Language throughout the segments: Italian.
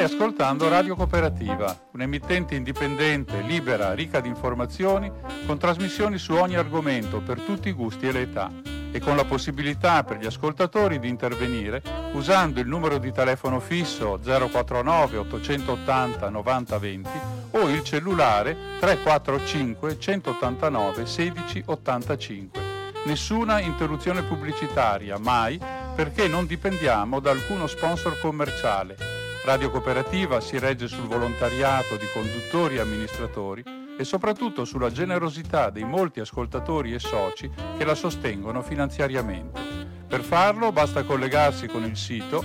ascoltando Radio Cooperativa, un'emittente indipendente, libera, ricca di informazioni, con trasmissioni su ogni argomento per tutti i gusti e le età, e con la possibilità per gli ascoltatori di intervenire usando il numero di telefono fisso 049 880 90 20 o il cellulare 345 189 16 85. Nessuna interruzione pubblicitaria, mai, perché non dipendiamo da alcuno sponsor commerciale. Radio Cooperativa si regge sul volontariato di conduttori e amministratori e soprattutto sulla generosità dei molti ascoltatori e soci che la sostengono finanziariamente. Per farlo basta collegarsi con il sito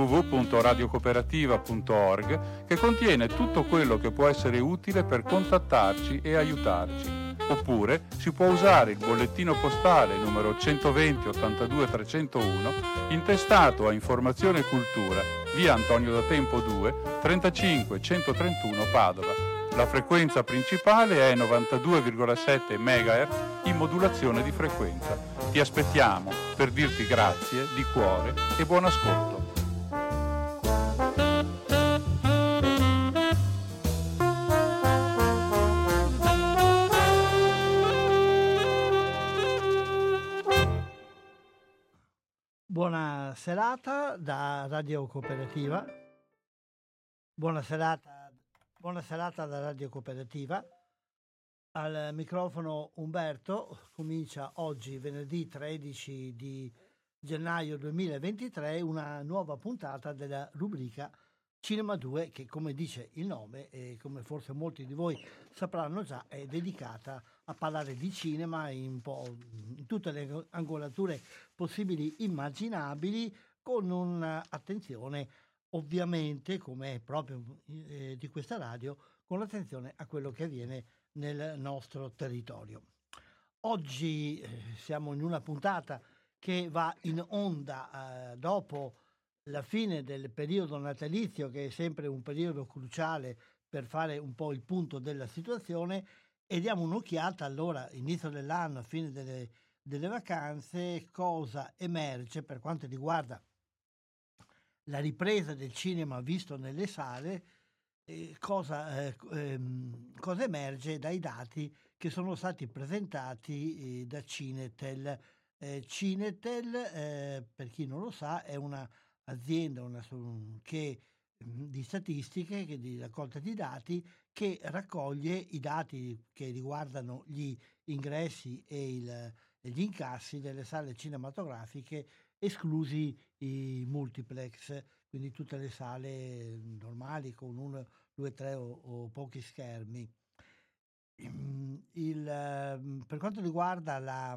www.radiocooperativa.org, che contiene tutto quello che può essere utile per contattarci e aiutarci. Oppure si può usare il bollettino postale numero 120 82 301 intestato a Informazione e Cultura, via Antonio da Tempo 2, 35 131 Padova. La frequenza principale è 92,7 MHz in modulazione di frequenza. Ti aspettiamo per dirti grazie di cuore e buon ascolto. Buona serata da Radio Cooperativa. Buona serata da Radio Cooperativa. Al microfono Umberto. Comincia oggi, venerdì 13 di gennaio 2023, una nuova puntata della rubrica Cinema 2 che, come dice il nome e come forse molti di voi sapranno già, è dedicata a parlare di cinema in tutte le angolature possibili immaginabili, con un'attenzione ovviamente, come è proprio di questa radio, con l'attenzione a quello che avviene nel nostro territorio. Oggi siamo in una puntata che va in onda dopo la fine del periodo natalizio, che è sempre un periodo cruciale per fare un po' il punto della situazione, e diamo un'occhiata allora, inizio dell'anno, fine delle vacanze, cosa emerge per quanto riguarda la ripresa del cinema visto nelle sale, cosa emerge dai dati che sono stati presentati da Cinetel. Cinetel, per chi non lo sa, è una azienda di statistiche, di raccolta di dati, che raccoglie i dati che riguardano gli ingressi e gli incassi delle sale cinematografiche, esclusi i multiplex, quindi tutte le sale normali con 1, 2, 3 o pochi schermi. Per quanto riguarda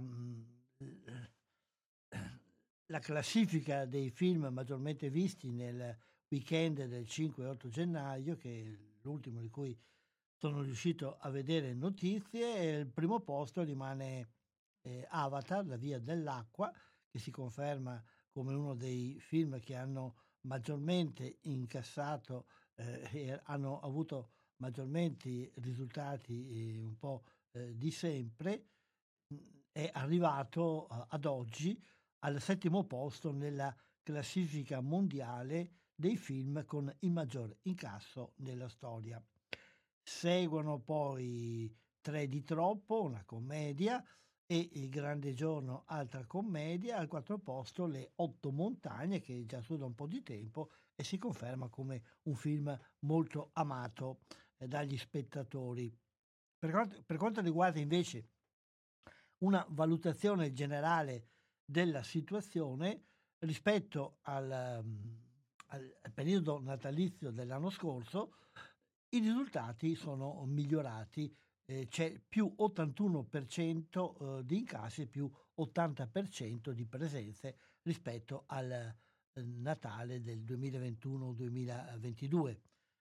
la classifica dei film maggiormente visti nel weekend del 5-8 gennaio, che è l'ultimo di cui sono riuscito a vedere notizie, e il primo posto rimane Avatar, La via dell'acqua, che si conferma come uno dei film che hanno maggiormente incassato e hanno avuto maggiormente risultati un po' di sempre. È arrivato ad oggi al 7° posto nella classifica mondiale dei film con il maggior incasso nella storia. Seguono poi Tre di troppo, una commedia, e Il grande giorno, altra commedia. Al 4° posto Le 8 montagne, che già su da un po' di tempo e si conferma come un film molto amato dagli spettatori. Per quanto riguarda invece una valutazione generale della situazione rispetto al periodo natalizio dell'anno scorso, i risultati sono migliorati. C'è più 81% di incassi e più 80% di presenze rispetto al Natale del 2021-2022.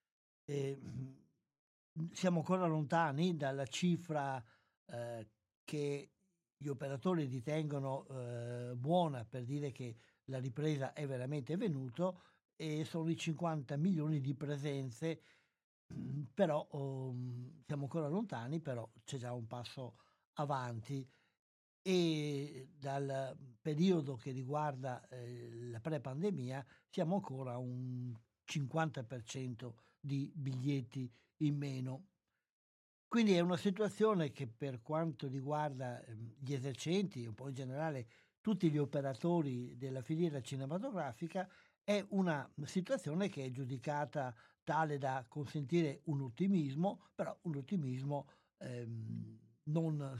Siamo ancora lontani dalla cifra che gli operatori ritengono buona per dire che la ripresa è veramente venuta, e sono i 50 milioni di presenze. Però siamo ancora lontani, però c'è già un passo avanti, e dal periodo che riguarda la pre-pandemia siamo ancora un 50% di biglietti in meno. Quindi è una situazione che, per quanto riguarda gli esercenti, un po' in generale tutti gli operatori della filiera cinematografica, è una situazione che è giudicata tale da consentire un ottimismo, però un ottimismo non,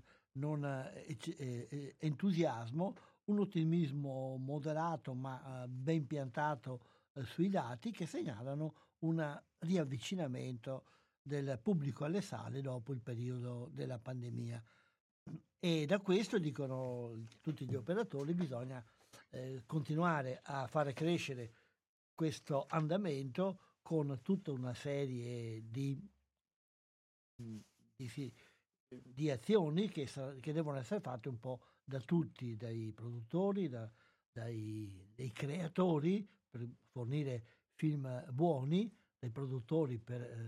entusiasmo, un ottimismo moderato ma ben piantato sui dati, che segnalano un riavvicinamento del pubblico alle sale dopo il periodo della pandemia. E da questo, dicono tutti gli operatori, bisogna continuare a fare crescere questo andamento con tutta una serie di azioni che devono essere fatte un po' da tutti, dai produttori, dai creatori per fornire film buoni, dai produttori per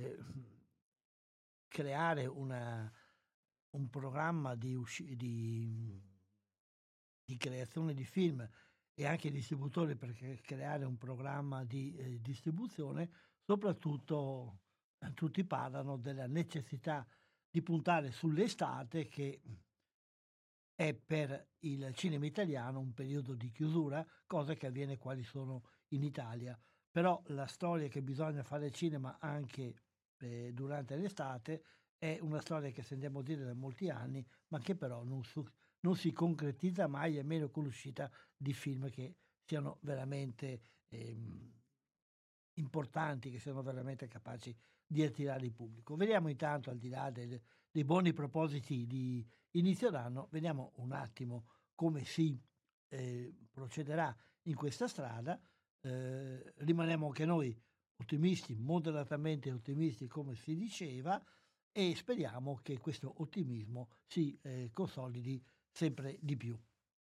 creare un programma di creazione di film, e anche i distributori per creare un programma di distribuzione. Soprattutto tutti parlano della necessità di puntare sull'estate, che è per il cinema italiano un periodo di chiusura, cosa che avviene quali sono in Italia. Però la storia che bisogna fare cinema anche durante l'estate è una storia che sentiamo dire da molti anni, ma che però non si concretizza mai, a meno con l'uscita di film che siano veramente importanti, che siano veramente capaci di attirare il pubblico. Vediamo intanto, al di là dei buoni propositi di inizio d'anno, vediamo un attimo come si procederà in questa strada. Rimaniamo anche noi ottimisti, moderatamente ottimisti, come si diceva, e speriamo che questo ottimismo si consolidi sempre di più.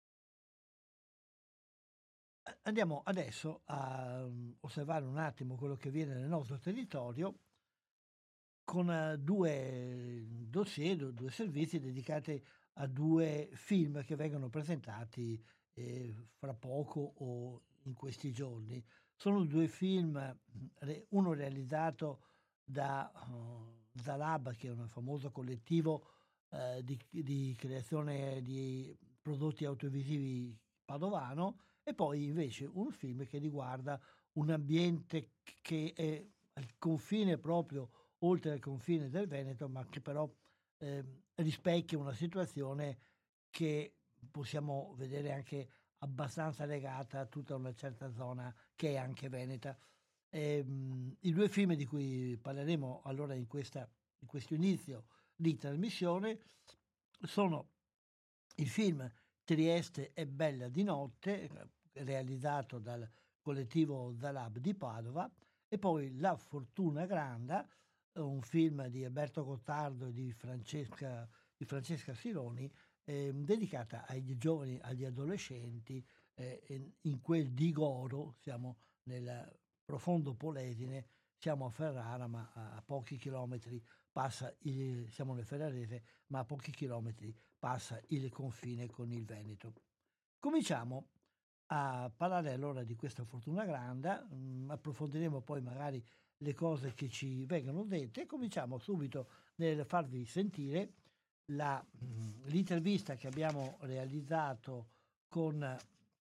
Andiamo adesso a osservare un attimo quello che viene nel nostro territorio, con due dossier, due servizi dedicati a due film che vengono presentati fra poco o in questi giorni. Sono due film, uno realizzato da Zalab, che è un famoso collettivo di creazione di prodotti audiovisivi padovano, e poi invece un film che riguarda un ambiente che è al confine, proprio oltre al confine del Veneto, ma che però rispecchia una situazione che possiamo vedere anche abbastanza legata a tutta una certa zona che è anche veneta. I due film di cui parleremo allora in questo inizio di trasmissione sono il film Trieste è bella di notte, realizzato dal collettivo Zalab di Padova, e poi La fortuna granda, un film di Alberto Gottardo e di Francesca Sironi, dedicata ai giovani, agli adolescenti, in quel di Goro. Siamo nel profondo Polesine, siamo a Ferrara, ma a pochi chilometri siamo nel Ferrarese, ma a pochi chilometri passa il confine con il Veneto. Cominciamo a parlare allora di questa fortuna grande, approfondiremo poi magari le cose che ci vengono dette, e cominciamo subito nel farvi sentire l'intervista che abbiamo realizzato con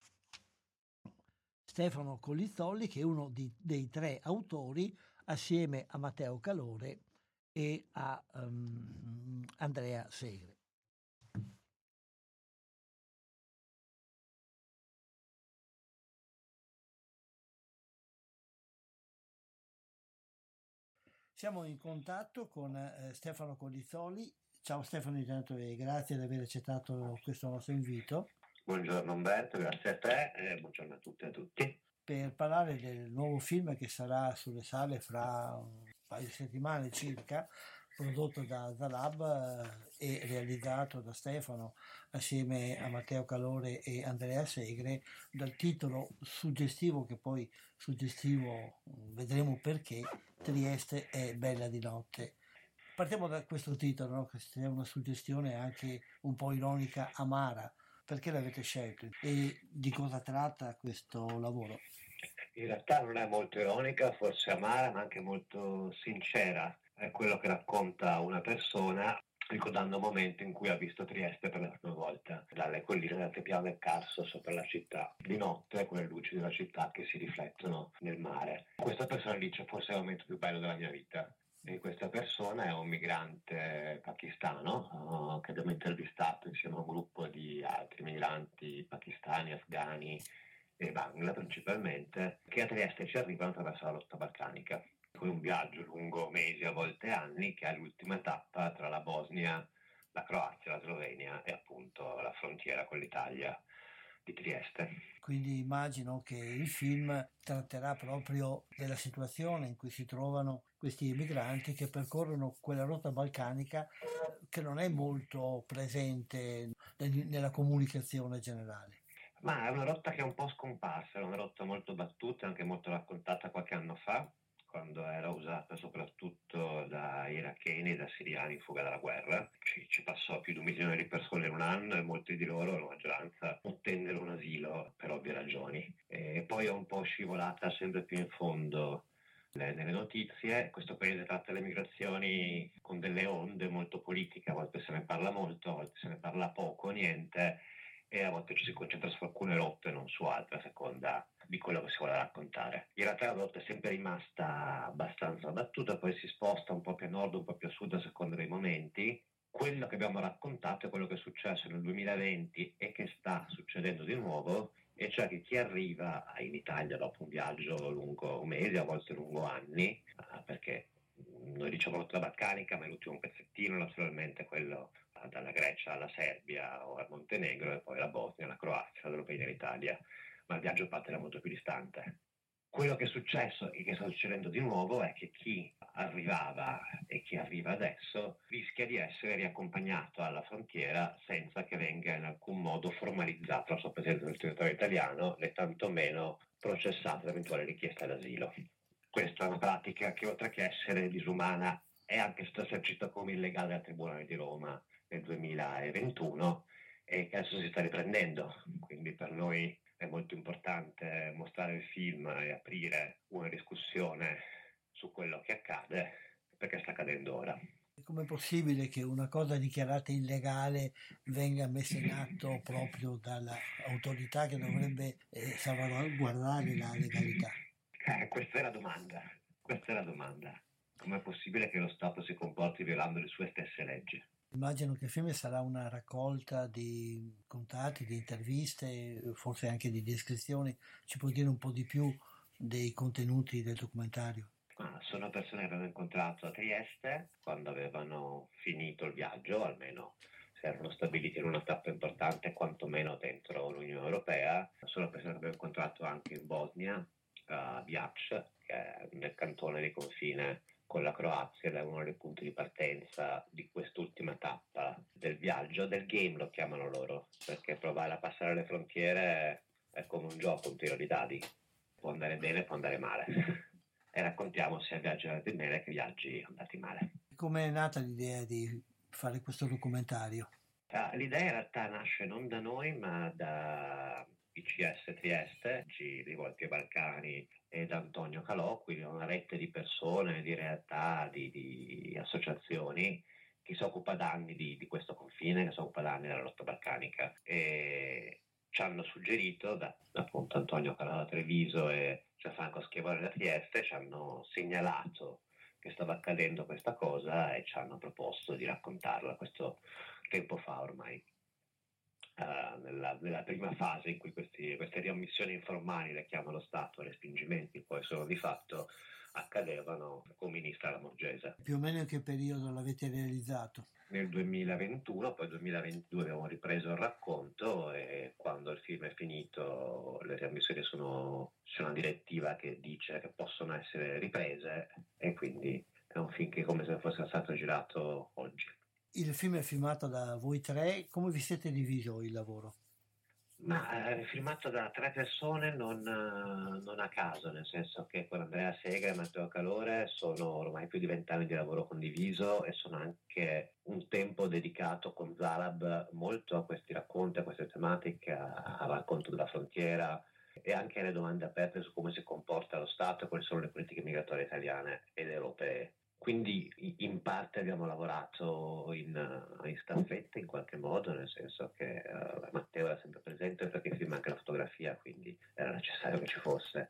Stefano Collizzoli, che è uno dei tre autori, assieme a Matteo Calore e a Andrea Segre. Siamo in contatto con Stefano Collizzoli. Ciao Stefano, intanto, e grazie di aver accettato questo nostro invito. Buongiorno Umberto, grazie a te e buongiorno a tutte e a tutti. Per parlare del nuovo film che sarà sulle sale fra un paio di settimane circa, prodotto da Zalab e realizzato da Stefano assieme a Matteo Calore e Andrea Segre, dal titolo suggestivo, che poi suggestivo vedremo perché, Trieste è bella di notte. Partiamo da questo titolo, no? Che è una suggestione anche un po' ironica, amara. Perché l'avete scelto e di cosa tratta questo lavoro? In realtà non è molto ironica, forse amara, ma anche molto sincera. È quello che racconta una persona ricordando un momento in cui ha visto Trieste per la prima volta, dalle colline del Tepiano del Carso sopra la città, di notte con le luci della città che si riflettono nel mare. Questa persona dice forse è il momento più bello della mia vita. E questa persona è un migrante pakistano che abbiamo intervistato insieme a un gruppo di altri migranti pakistani, afghani e Bangla principalmente, che a Trieste ci arrivano attraverso la rotta balcanica, con un viaggio lungo mesi, a volte anni, che è l'ultima tappa tra la Bosnia, la Croazia, la Slovenia e appunto la frontiera con l'Italia di Trieste. Quindi immagino che il film tratterà proprio della situazione in cui si trovano questi emigranti che percorrono quella rotta balcanica che non è molto presente nella comunicazione generale. Ma è una rotta che è un po' scomparsa, è una rotta molto battuta, anche molto raccontata qualche anno fa, quando era usata soprattutto da iracheni e da siriani in fuga dalla guerra. Ci passò più di 1 milione di persone in un anno e molti di loro, la maggioranza, ottennero un asilo per ovvie ragioni. E poi è un po' scivolata sempre più in fondo nelle notizie. Questo paese tratta le migrazioni con delle onde molto politiche, a volte se ne parla molto, a volte se ne parla poco, niente, e a volte ci si concentra su alcune rotte e non su altre a seconda di quello che si vuole raccontare. In realtà la rotta è sempre rimasta abbastanza battuta, poi si sposta un po' più a nord, un po' più a sud a seconda dei momenti. Quello che abbiamo raccontato è quello che è successo nel 2020 e che sta succedendo di nuovo, e cioè che chi arriva in Italia dopo un viaggio lungo mesi, a volte lungo anni, perché noi diciamo rotta balcanica, ma è l'ultimo pezzettino naturalmente, quello dalla Grecia alla Serbia o al Montenegro e poi la Bosnia, la Croazia, la Slovenia e l'Italia, ma il viaggio parte da molto più distante. Quello che è successo e che sta succedendo di nuovo è che chi arrivava e chi arriva adesso rischia di essere riaccompagnato alla frontiera senza che venga in alcun modo formalizzato la sua presenza nel territorio italiano, né tantomeno processato l'eventuale richiesta d'asilo. Questa è una pratica che, oltre che essere disumana, è anche stata esercitata come illegale dal Tribunale di Roma nel 2021 e che adesso si sta riprendendo. Quindi per noi è molto importante mostrare il film e aprire una discussione su quello che accade, perché sta accadendo ora. Com'è possibile che una cosa dichiarata illegale venga messa in atto proprio dall'autorità che dovrebbe salvaguardare la legalità? Questa è la domanda. Com'è possibile che lo Stato si comporti violando le sue stesse leggi? Immagino che il film sarà una raccolta di contatti, di interviste, forse anche di descrizioni. Ci puoi dire un po' di più dei contenuti del documentario? Sono persone che avevo incontrato a Trieste quando avevano finito il viaggio, almeno si erano stabiliti in una tappa importante, quantomeno dentro l'Unione Europea. Sono persone che avevo incontrato anche in Bosnia, a Biac, che è nel cantone di confine con la Croazia, ed è uno dei punti di partenza di quest'ultima tappa del viaggio, del game lo chiamano loro, perché provare a passare le frontiere è come un gioco, un tiro di dadi, può andare bene, può andare male. E raccontiamo sia viaggi andati bene che viaggi andati male. Come è nata l'idea di fare questo documentario? L'idea in realtà nasce non da noi, ma da ICS Trieste, rivolti ai Balcani, e da Antonio Calò, quindi una rete di persone, di realtà, di associazioni che si occupa da anni di questo confine, che si occupa da anni della lotta balcanica. E ci hanno suggerito, appunto Antonio Calò da Treviso e Gianfranco Schiavone da Trieste, ci hanno segnalato che stava accadendo questa cosa e ci hanno proposto di raccontarla. Questo tempo fa ormai, nella prima fase in cui queste riammissioni informali, le chiama lo Stato, respingimenti poi sono di fatto, accadevano con ministra Lamorgese. Più o meno in che periodo l'avete realizzato? Nel 2021, poi nel 2022 abbiamo ripreso il racconto e quando il film è finito le riammissioni c'è una direttiva che dice che possono essere riprese e quindi è un film che è come se fosse stato girato oggi. Il film è filmato da voi tre, come vi siete diviso il lavoro? Ma è filmato da 3 persone non a caso, nel senso che con Andrea Sega e Matteo Calore sono ormai più di 20 anni di lavoro condiviso e sono anche un tempo dedicato con Zalab molto a questi racconti, a queste tematiche, al racconto della frontiera, e anche le domande aperte su come si comporta lo Stato e quali sono le politiche migratorie italiane ed europee. Quindi in parte abbiamo lavorato in staffetta in qualche modo, nel senso che Matteo era sempre presente perché filma anche la fotografia, quindi era necessario che ci fosse.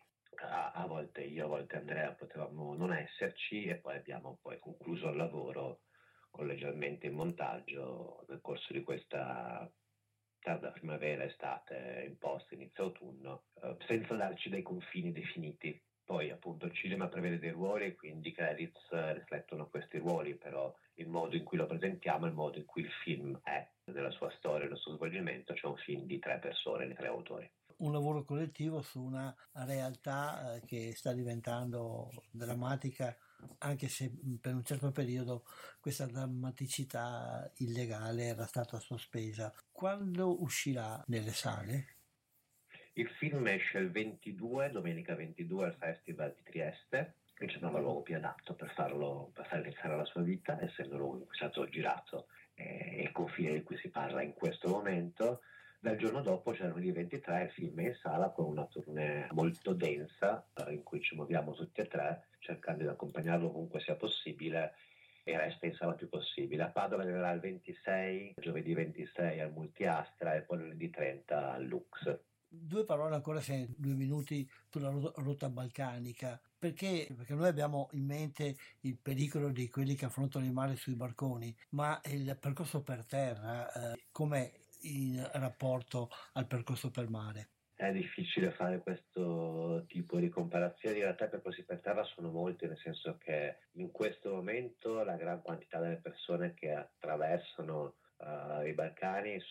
A volte io, a volte Andrea potevamo non esserci e poi abbiamo poi concluso il lavoro collegialmente in montaggio nel corso di questa tarda primavera, estate, in post, inizio autunno, senza darci dei confini definiti. Poi appunto il cinema prevede dei ruoli e quindi i credits riflettono questi ruoli, però il modo in cui lo presentiamo, il modo in cui il film è, nella sua storia, nel suo svolgimento, c'è un film di 3 persone, di 3 autori. Un lavoro collettivo su una realtà che sta diventando drammatica, anche se per un certo periodo questa drammaticità illegale era stata sospesa. Quando uscirà nelle sale? Il film esce il 22, domenica 22 al Festival di Trieste, che ci sembrava il luogo più adatto per far iniziare la sua vita, essendo il luogo in cui è stato girato e il confine di cui si parla in questo momento. Dal giorno dopo, cioè lunedì 23, il film è in sala con una tournée molto densa in cui ci muoviamo tutti e tre, cercando di accompagnarlo ovunque sia possibile e resta in sala più possibile. A Padova arriverà il 26, giovedì 26 al Multiastra e poi lunedì 30 al Lux. 2 parole ancora, se 2 minuti, sulla rotta balcanica. Perché noi abbiamo in mente il pericolo di quelli che affrontano il mare sui barconi, ma il percorso per terra, com'è in rapporto al percorso per mare? È difficile fare questo tipo di comparazioni, in realtà i percorsi per terra sono molti, nel senso che in questo momento la gran quantità delle persone che attraversano i Balcani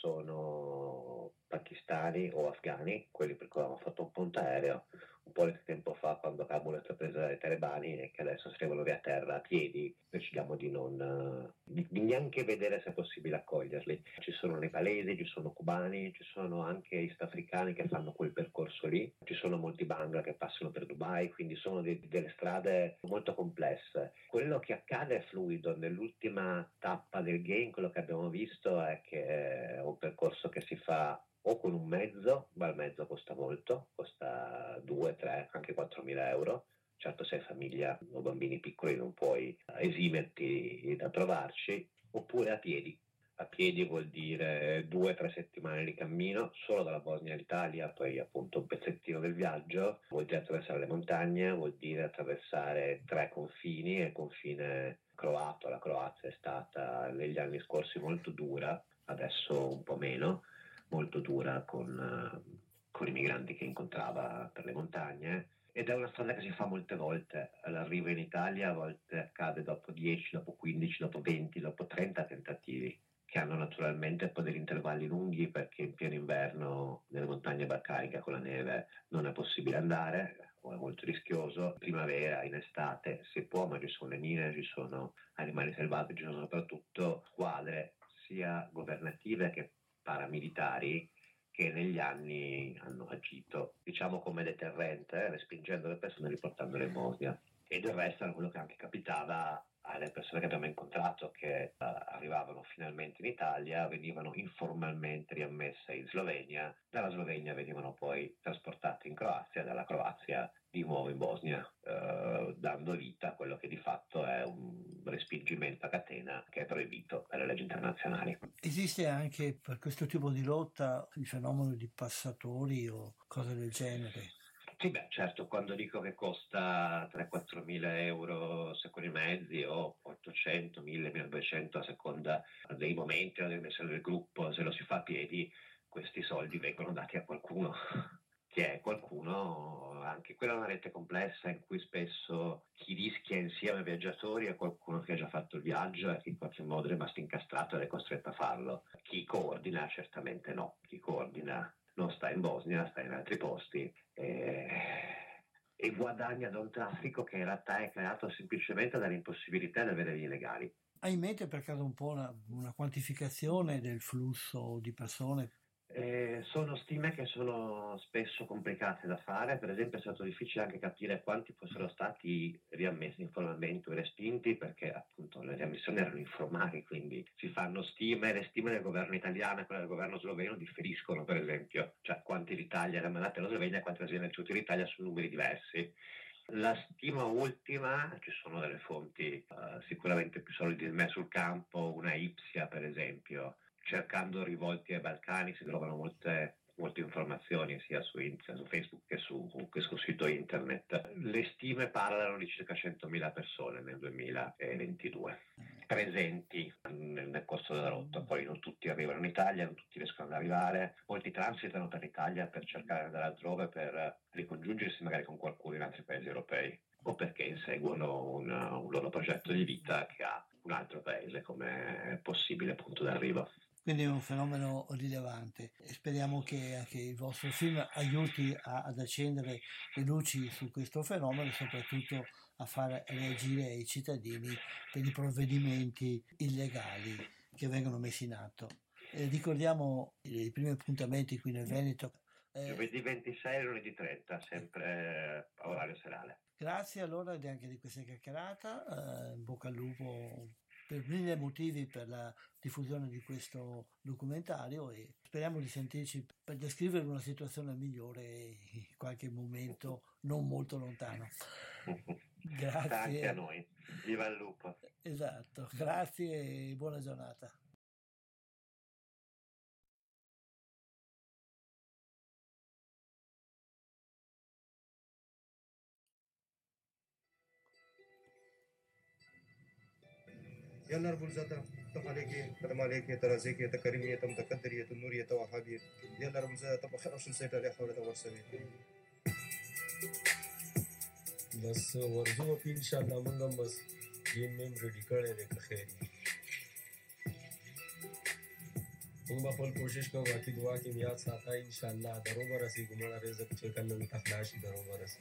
sono pakistani o afghani, quelli per cui avevamo fatto un ponte aereo un po' di tempo fa quando Kabul è stata presa dai talebani e che adesso scrivono via terra a piedi, decidiamo di non di neanche vedere se è possibile accoglierli. Ci sono nepalesi, ci sono cubani, ci sono anche east africani che fanno quel percorso lì, ci sono molti Bangla che passano per Dubai, quindi sono delle strade molto complesse. Quello che accade è fluido. Nell'ultima tappa del game quello che abbiamo visto è che è un percorso che si fa o con un mezzo, ma il mezzo costa molto, costa 2, 3, anche 4.000 euro. Certo, se hai famiglia o bambini piccoli non puoi esimerti da trovarci, oppure a piedi. A piedi vuol dire 2 o 3 settimane di cammino solo dalla Bosnia all'Italia, poi appunto un pezzettino del viaggio, vuol dire attraversare le montagne, vuol dire attraversare 3 confini, e il confine croato, la Croazia è stata negli anni scorsi molto dura, adesso un po' meno, molto dura con i migranti che incontrava per le montagne, ed è una strada che si fa molte volte. L'arrivo in Italia a volte accade dopo 10, dopo 15, dopo 20, dopo 30 tentativi, che hanno naturalmente poi degli intervalli lunghi perché in pieno inverno nelle montagne balcaniche con la neve non è possibile andare o è molto rischioso. In primavera, in estate si può, ma ci sono le mine, ci sono animali selvatici, ci sono soprattutto squadre sia governative che paramilitari che negli anni hanno agito, diciamo, come deterrente, respingendo le persone e riportandole in Bosnia. E del resto era quello che anche capitava alle persone che abbiamo incontrato, che arrivavano finalmente in Italia, venivano informalmente riammesse in Slovenia, dalla Slovenia venivano poi trasportate in Croazia, dalla Croazia di nuovo in Bosnia, dando vita a quello che di fatto è un respingimento a catena che è proibito dalle leggi internazionali. Esiste anche per questo tipo di rotta il fenomeno di passatori o cose del genere? Sì, beh, certo, quando dico che costa 3-4 mila euro secondo i mezzi o 800, 1000, 1200 a seconda dei momenti o delle dimensioni del gruppo, se lo si fa a piedi, questi soldi vengono dati a qualcuno, che è qualcuno, anche quella è una rete complessa in cui spesso chi rischia insieme ai viaggiatori è qualcuno che ha già fatto il viaggio e che in qualche modo è rimasto incastrato ed è costretto a farlo. Chi coordina certamente no, chi coordina non sta in Bosnia, sta in altri posti e guadagna da un traffico che in realtà è creato semplicemente dall'impossibilità di avere vie legali. Hai in mente per caso un po' una quantificazione del flusso di persone? Sono stime che sono spesso complicate da fare, per esempio è stato difficile anche capire quanti fossero stati riammessi informalmente o respinti, perché appunto le riammissioni erano informali, quindi si fanno stime, le stime del governo italiano e quelle del governo sloveno differiscono, per esempio, cioè quanti l'Italia era mandati alla Slovenia e quanti la Slovenia ricevuti l'Italia sono numeri diversi. La stima ultima, ci sono delle fonti sicuramente più solide di me sul campo, una Ipsia per esempio, cercando rivolti ai Balcani si trovano molte informazioni sia su Facebook che sul sito internet. Le stime parlano di circa 100.000 persone nel 2022 presenti nel corso della rotta, poi non tutti arrivano in Italia, non tutti riescono ad arrivare, molti transitano per l'Italia per cercare di andare altrove, per ricongiungersi magari con qualcuno in altri paesi europei o perché inseguono un loro progetto di vita che ha un altro paese come possibile punto d'arrivo. Quindi è un fenomeno rilevante e speriamo che anche il vostro film aiuti ad accendere le luci su questo fenomeno e soprattutto a far reagire i cittadini per i provvedimenti illegali che vengono messi in atto. Ricordiamo i primi appuntamenti qui nel Veneto. Giovedì 26 e lunedì 30, sempre a orario serale. Grazie allora anche di questa chiacchierata, in bocca al lupo per mille motivi per la diffusione di questo documentario e speriamo di sentirci per descrivere una situazione migliore in qualche momento non molto lontano. Grazie. Anche a noi. Viva il lupo. Esatto, grazie e buona giornata. يا نار بلزادة طب عليك قدم عليك ترازيك تكريمية متقدرية نورية وهابية يا نار بلزادة طب خير أوشن سيتا لا حول ولا قوة بس ورزو في إن شاء الله منهم بس جين مم ردی کرے دے خیر हम बफल कोशिश को बाकी दुआ की याद साथा इंशाल्लाह दरोबर रसी गुमरा रिज़्क चेकन में तखलाशी दरोबर रसी.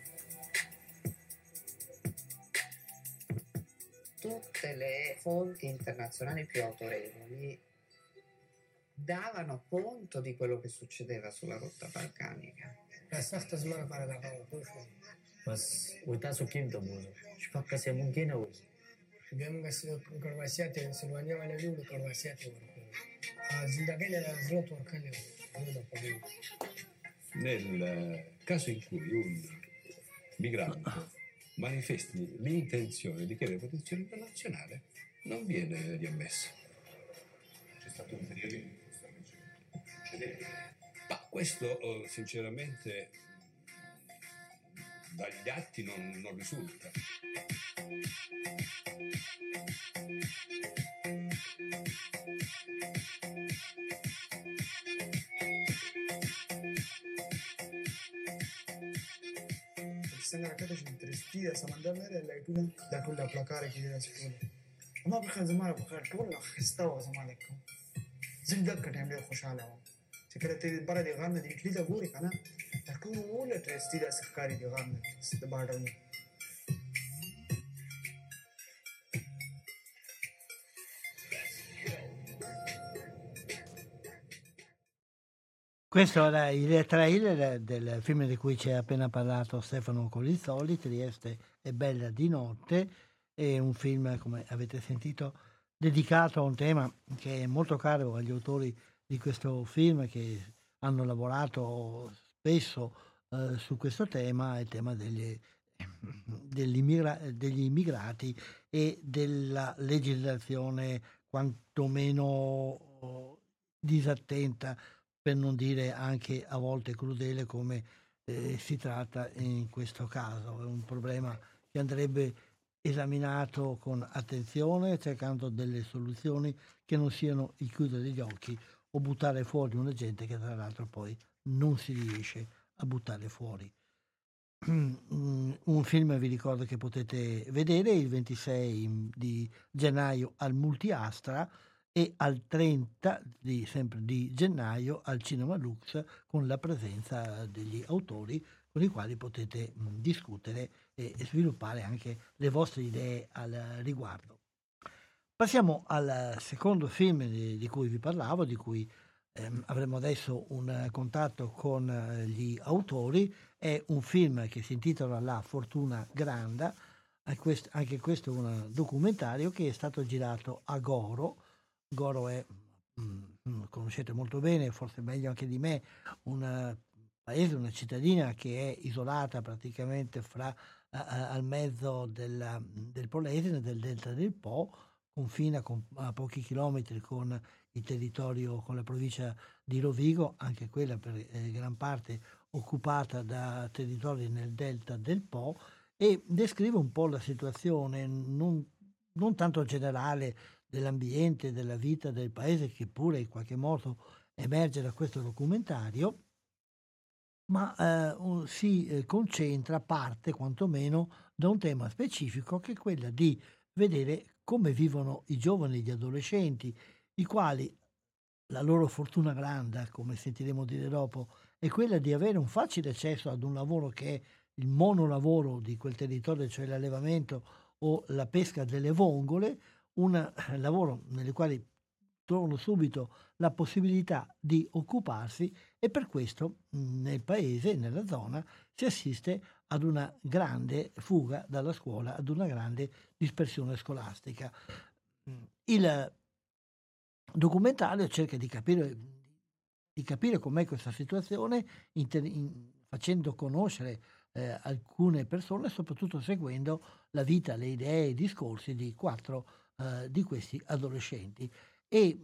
Tutte le fonti internazionali più autorevoli davano conto di quello che succedeva sulla rotta balcanica. بس وتاسو کیم ته بوزو شپږ کسه ممکن و بیا موږ کرواسیا ته سلوانیا ولا ویلو کرواسیا ته ورکو زندګۍ له ضرورت ورکړل nel caso in cui un migrante manifesti l'intenzione di chiedere protezione internazionale non viene riammesso. C'è stato un periodo in cui questo succedeva? Ma questo sinceramente dagli atti non risulta. السنة كده عشان ترستيها سمندر لقيتونا ده كله بلاكاري كده سكوله ما بخير زمان بخير كله خستوا زمانكم زين دكت هم خوشاله سكرتي برا دي غامنه دي كليدا غوري كنا تكون ولا ترستيها سكاري دي غامنه استبادرني Questo era il trailer del film di cui ci ha appena parlato Stefano Colizzoli, Trieste è bella di notte, è un film, come avete sentito, dedicato a un tema che è molto caro agli autori di questo film, che hanno lavorato spesso su questo tema, il tema degli immigrati e della legislazione quantomeno disattenta, per non dire anche a volte crudele come si tratta in questo caso. È un problema che andrebbe esaminato con attenzione, cercando delle soluzioni che non siano il chiudere gli occhi o buttare fuori una gente che tra l'altro poi non si riesce a buttare fuori. Un film, vi ricordo, che potete vedere il 26 di gennaio al Multiastra e al 30 sempre di gennaio al Cinema Lux, con la presenza degli autori con i quali potete discutere e sviluppare anche le vostre idee al riguardo. Passiamo al secondo film di cui vi parlavo, di cui avremo adesso un contatto con gli autori. È un film che si intitola La Fortuna Granda, anche questo è un documentario che è stato girato a Goro. Goro è, conoscete molto bene, forse meglio anche di me, un paese, una cittadina che è isolata praticamente al mezzo del Polesine, del delta del Po, confina a pochi chilometri con il territorio, con la provincia di Rovigo, anche quella per gran parte occupata da territori nel delta del Po, e descrive un po' la situazione non tanto generale dell'ambiente, della vita del paese, che pure in qualche modo emerge da questo documentario, ma si concentra, parte quantomeno da un tema specifico, che è quello di vedere come vivono i giovani, gli adolescenti, i quali la loro fortuna grande, come sentiremo dire dopo, è quella di avere un facile accesso ad un lavoro che è il monolavoro di quel territorio, cioè l'allevamento o la pesca delle vongole, un lavoro nel quale trovano subito la possibilità di occuparsi, e per questo nel paese, nella zona, si assiste ad una grande fuga dalla scuola, ad una grande dispersione scolastica. Il documentario cerca di capire com'è questa situazione, facendo conoscere alcune persone, soprattutto seguendo la vita, le idee e i discorsi di 4 di questi adolescenti, e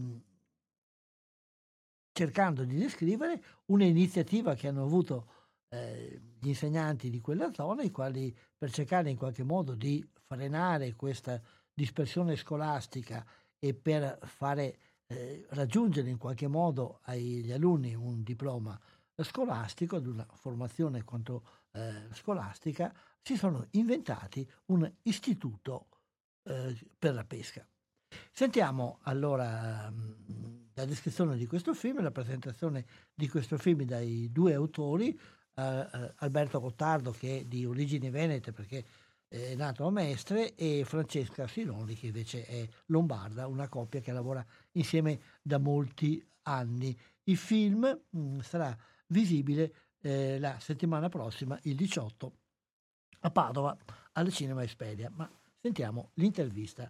cercando di descrivere un'iniziativa che hanno avuto gli insegnanti di quella zona, i quali, per cercare in qualche modo di frenare questa dispersione scolastica e per fare raggiungere in qualche modo agli alunni un diploma scolastico, ad una formazione quanto scolastica, si sono inventati un istituto per la pesca. Sentiamo allora la descrizione di questo film, la presentazione di questo film dai 2 autori, Alberto Gottardo, che è di origini venete perché è nato a Mestre, e Francesca Sironi, che invece è lombarda, una coppia che lavora insieme da molti anni. Il film sarà visibile la settimana prossima, il 18, a Padova, al Cinema Esperia. Ma sentiamo l'intervista.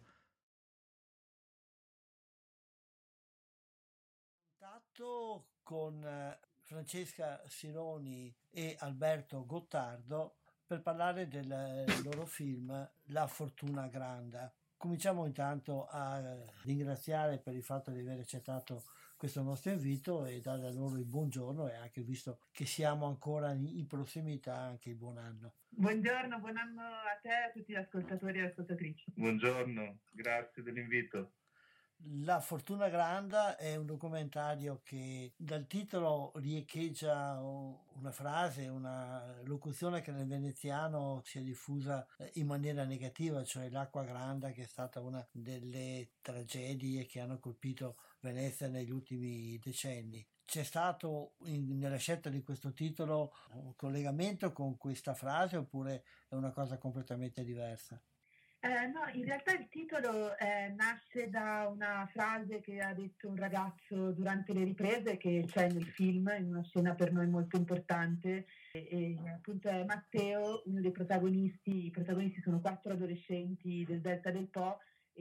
Contatto con Francesca Sironi e Alberto Gottardo per parlare del loro film La Fortuna Granda. Cominciamo intanto a ringraziare per il fatto di aver accettato questo nostro invito e dare a loro il buongiorno, e anche, visto che siamo ancora in prossimità, anche il buon anno. Buongiorno, buon anno a te e a tutti gli ascoltatori e ascoltatrici. Buongiorno, grazie dell'invito. La Fortuna Granda è un documentario che dal titolo riecheggia una frase, una locuzione che nel veneziano si è diffusa in maniera negativa, cioè l'acqua granda, che è stata una delle tragedie che hanno colpito Venezia negli ultimi decenni. C'è stato nella scelta di questo titolo un collegamento con questa frase, oppure è una cosa completamente diversa? No, in realtà il titolo nasce da una frase che ha detto un ragazzo durante le riprese, che c'è nel film, in una scena per noi molto importante, e appunto è Matteo, uno dei protagonisti. I protagonisti sono 4 adolescenti del Delta del Po,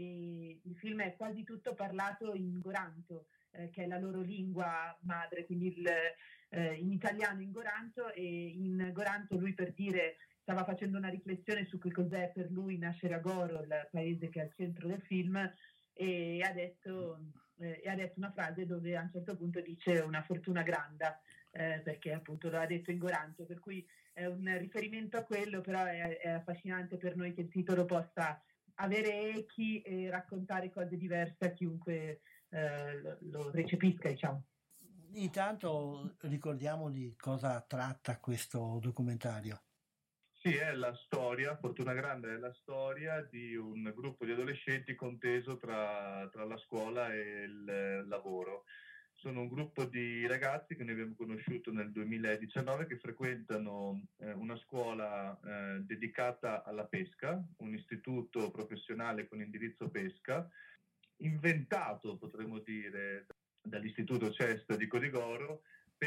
e il film è quasi tutto parlato in goranto, che è la loro lingua madre, quindi in italiano in goranto, e in goranto lui, per dire, stava facendo una riflessione su che cos'è per lui nascere a Goro, il paese che è al centro del film, e ha detto una frase dove a un certo punto dice una fortuna granda, perché appunto lo ha detto in goranto, per cui è un riferimento a quello. Però è affascinante per noi che il titolo possa avere echi e raccontare cose diverse a chiunque lo recepisca, diciamo. Intanto ricordiamo di cosa tratta questo documentario. Sì, è la storia, Fortuna Grande è la storia di un gruppo di adolescenti conteso tra la scuola e il lavoro. Sono un gruppo di ragazzi che noi abbiamo conosciuto nel 2019, che frequentano una scuola dedicata alla pesca, un istituto professionale con indirizzo pesca, inventato, potremmo dire, dall'istituto CEST di Codigoro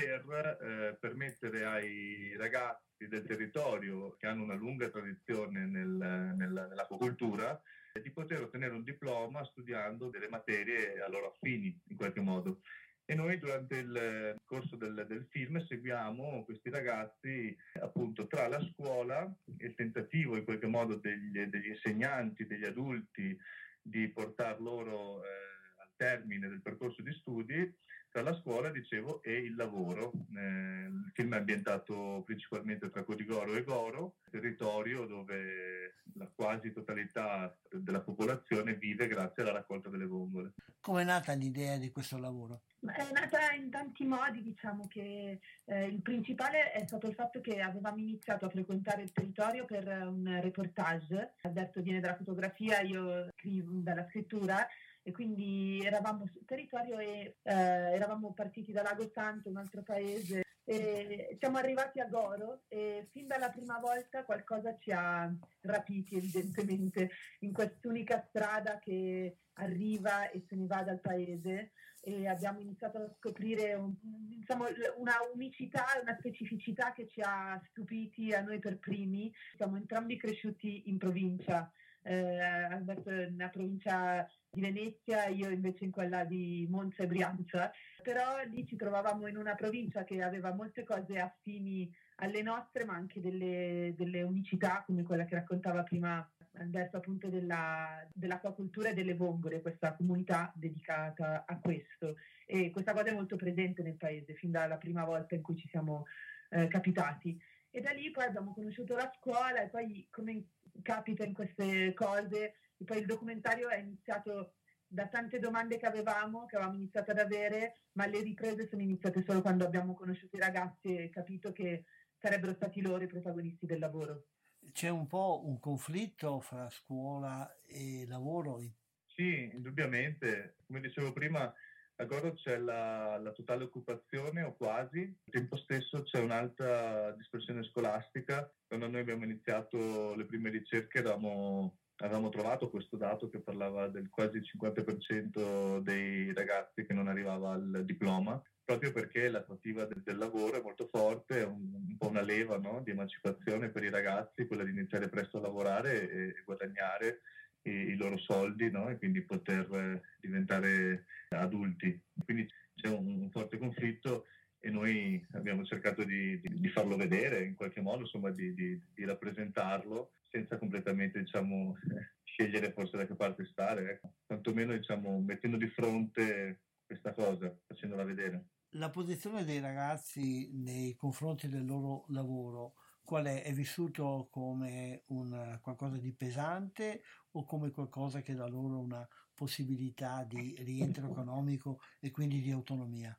per permettere ai ragazzi del territorio che hanno una lunga tradizione nell'acquacoltura di poter ottenere un diploma studiando delle materie a loro affini in qualche modo. E noi durante il corso del film seguiamo questi ragazzi appunto tra la scuola e il tentativo in qualche modo degli insegnanti, degli adulti di portar loro al termine del percorso di studi, tra la scuola, dicevo, e il lavoro. Il film è ambientato principalmente tra Codigoro e Goro, territorio dove la quasi totalità della popolazione vive grazie alla raccolta delle vongole. Come è nata l'idea di questo lavoro? È nata in tanti modi, diciamo che il principale è stato il fatto che avevamo iniziato a frequentare il territorio per un reportage. Alberto viene dalla fotografia, io scrivo dalla scrittura, e quindi eravamo sul territorio e eravamo partiti da Lago Santo, un altro paese, e siamo arrivati a Goro e fin dalla prima volta qualcosa ci ha rapiti evidentemente in quest'unica strada che arriva e se ne va dal paese, e abbiamo iniziato a scoprire una unicità, una specificità che ci ha stupiti a noi per primi. Siamo entrambi cresciuti in provincia, Alberto nella provincia di Venezia, io invece in quella di Monza e Brianza, però lì ci trovavamo in una provincia che aveva molte cose affini alle nostre, ma anche delle unicità come quella che raccontava prima Alberto, appunto dell'acquacoltura e delle vongole, questa comunità dedicata a questo, e questa cosa è molto presente nel paese fin dalla prima volta in cui ci siamo capitati, e da lì poi abbiamo conosciuto la scuola e poi, come capita in queste cose, e poi il documentario è iniziato da tante domande che avevamo iniziato ad avere, ma le riprese sono iniziate solo quando abbiamo conosciuto i ragazzi e capito che sarebbero stati loro i protagonisti del lavoro. C'è un po' un conflitto fra scuola e lavoro? Sì, indubbiamente. Come dicevo prima, a Goro c'è la totale occupazione o quasi, al tempo stesso c'è un'alta dispersione scolastica. Quando noi abbiamo iniziato le prime ricerche avevamo trovato questo dato che parlava del quasi 50% dei ragazzi che non arrivava al diploma, proprio perché l'attrattiva del lavoro è molto forte, è un po' una leva, no, di emancipazione per i ragazzi, quella di iniziare presto a lavorare e guadagnare i loro soldi, no, e quindi poter diventare adulti. Quindi c'è un forte conflitto e noi abbiamo cercato di farlo vedere in qualche modo, insomma di rappresentarlo senza completamente, diciamo, scegliere forse da che parte stare, ecco. Quantomeno, diciamo, mettendo di fronte questa cosa, facendola vedere. La posizione dei ragazzi nei confronti del loro lavoro, qual è? È vissuto come qualcosa di pesante o come qualcosa che dà loro una possibilità di rientro economico e quindi di autonomia?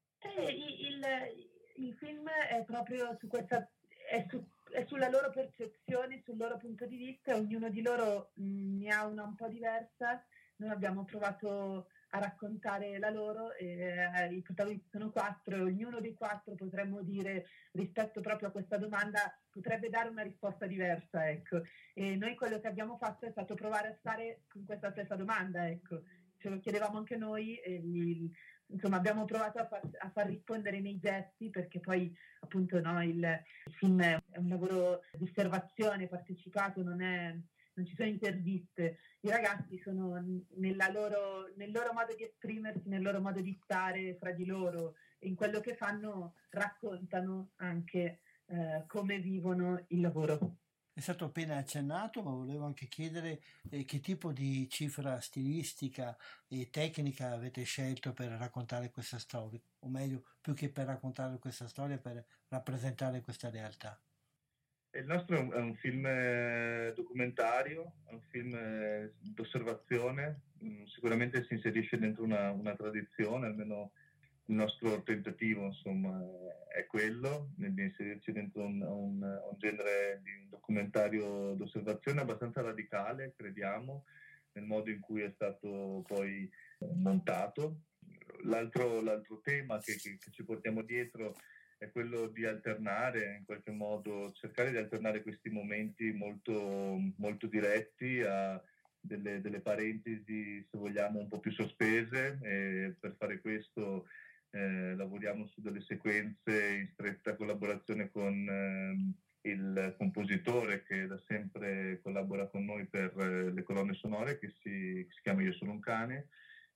Il film è proprio su questa, è sulla loro percezione, sul loro punto di vista, ognuno di loro ne ha una un po' diversa. Noi abbiamo provato a raccontare la loro, i protagonisti sono 4 e ognuno dei 4, potremmo dire, rispetto proprio a questa domanda potrebbe dare una risposta diversa, ecco. E noi quello che abbiamo fatto è stato provare a stare con questa stessa domanda, ecco. Ce lo chiedevamo anche noi e insomma abbiamo provato a far rispondere nei gesti, perché poi appunto no, il film è un lavoro di osservazione partecipato, non ci sono interviste. I ragazzi sono nel loro modo di esprimersi, nel loro modo di stare fra di loro, e in quello che fanno raccontano anche come vivono il lavoro. È stato appena accennato, ma volevo anche chiedere che tipo di cifra stilistica e tecnica avete scelto per raccontare questa storia, o meglio, più che per raccontare questa storia, per rappresentare questa realtà. Il nostro è un film documentario, è un film d'osservazione, sicuramente si inserisce dentro una tradizione, almeno il nostro tentativo, insomma, è quello, di inserirci dentro un genere di un documentario d'osservazione abbastanza radicale, crediamo, nel modo in cui è stato poi montato. L'altro tema che ci portiamo dietro è quello di alternare, in qualche modo, cercare di alternare questi momenti molto, molto diretti a delle delle parentesi, se vogliamo, un po' più sospese, e per fare questo lavoriamo su delle sequenze in stretta collaborazione con il compositore che da sempre collabora con noi per le colonne sonore, che si chiama Io sono un cane,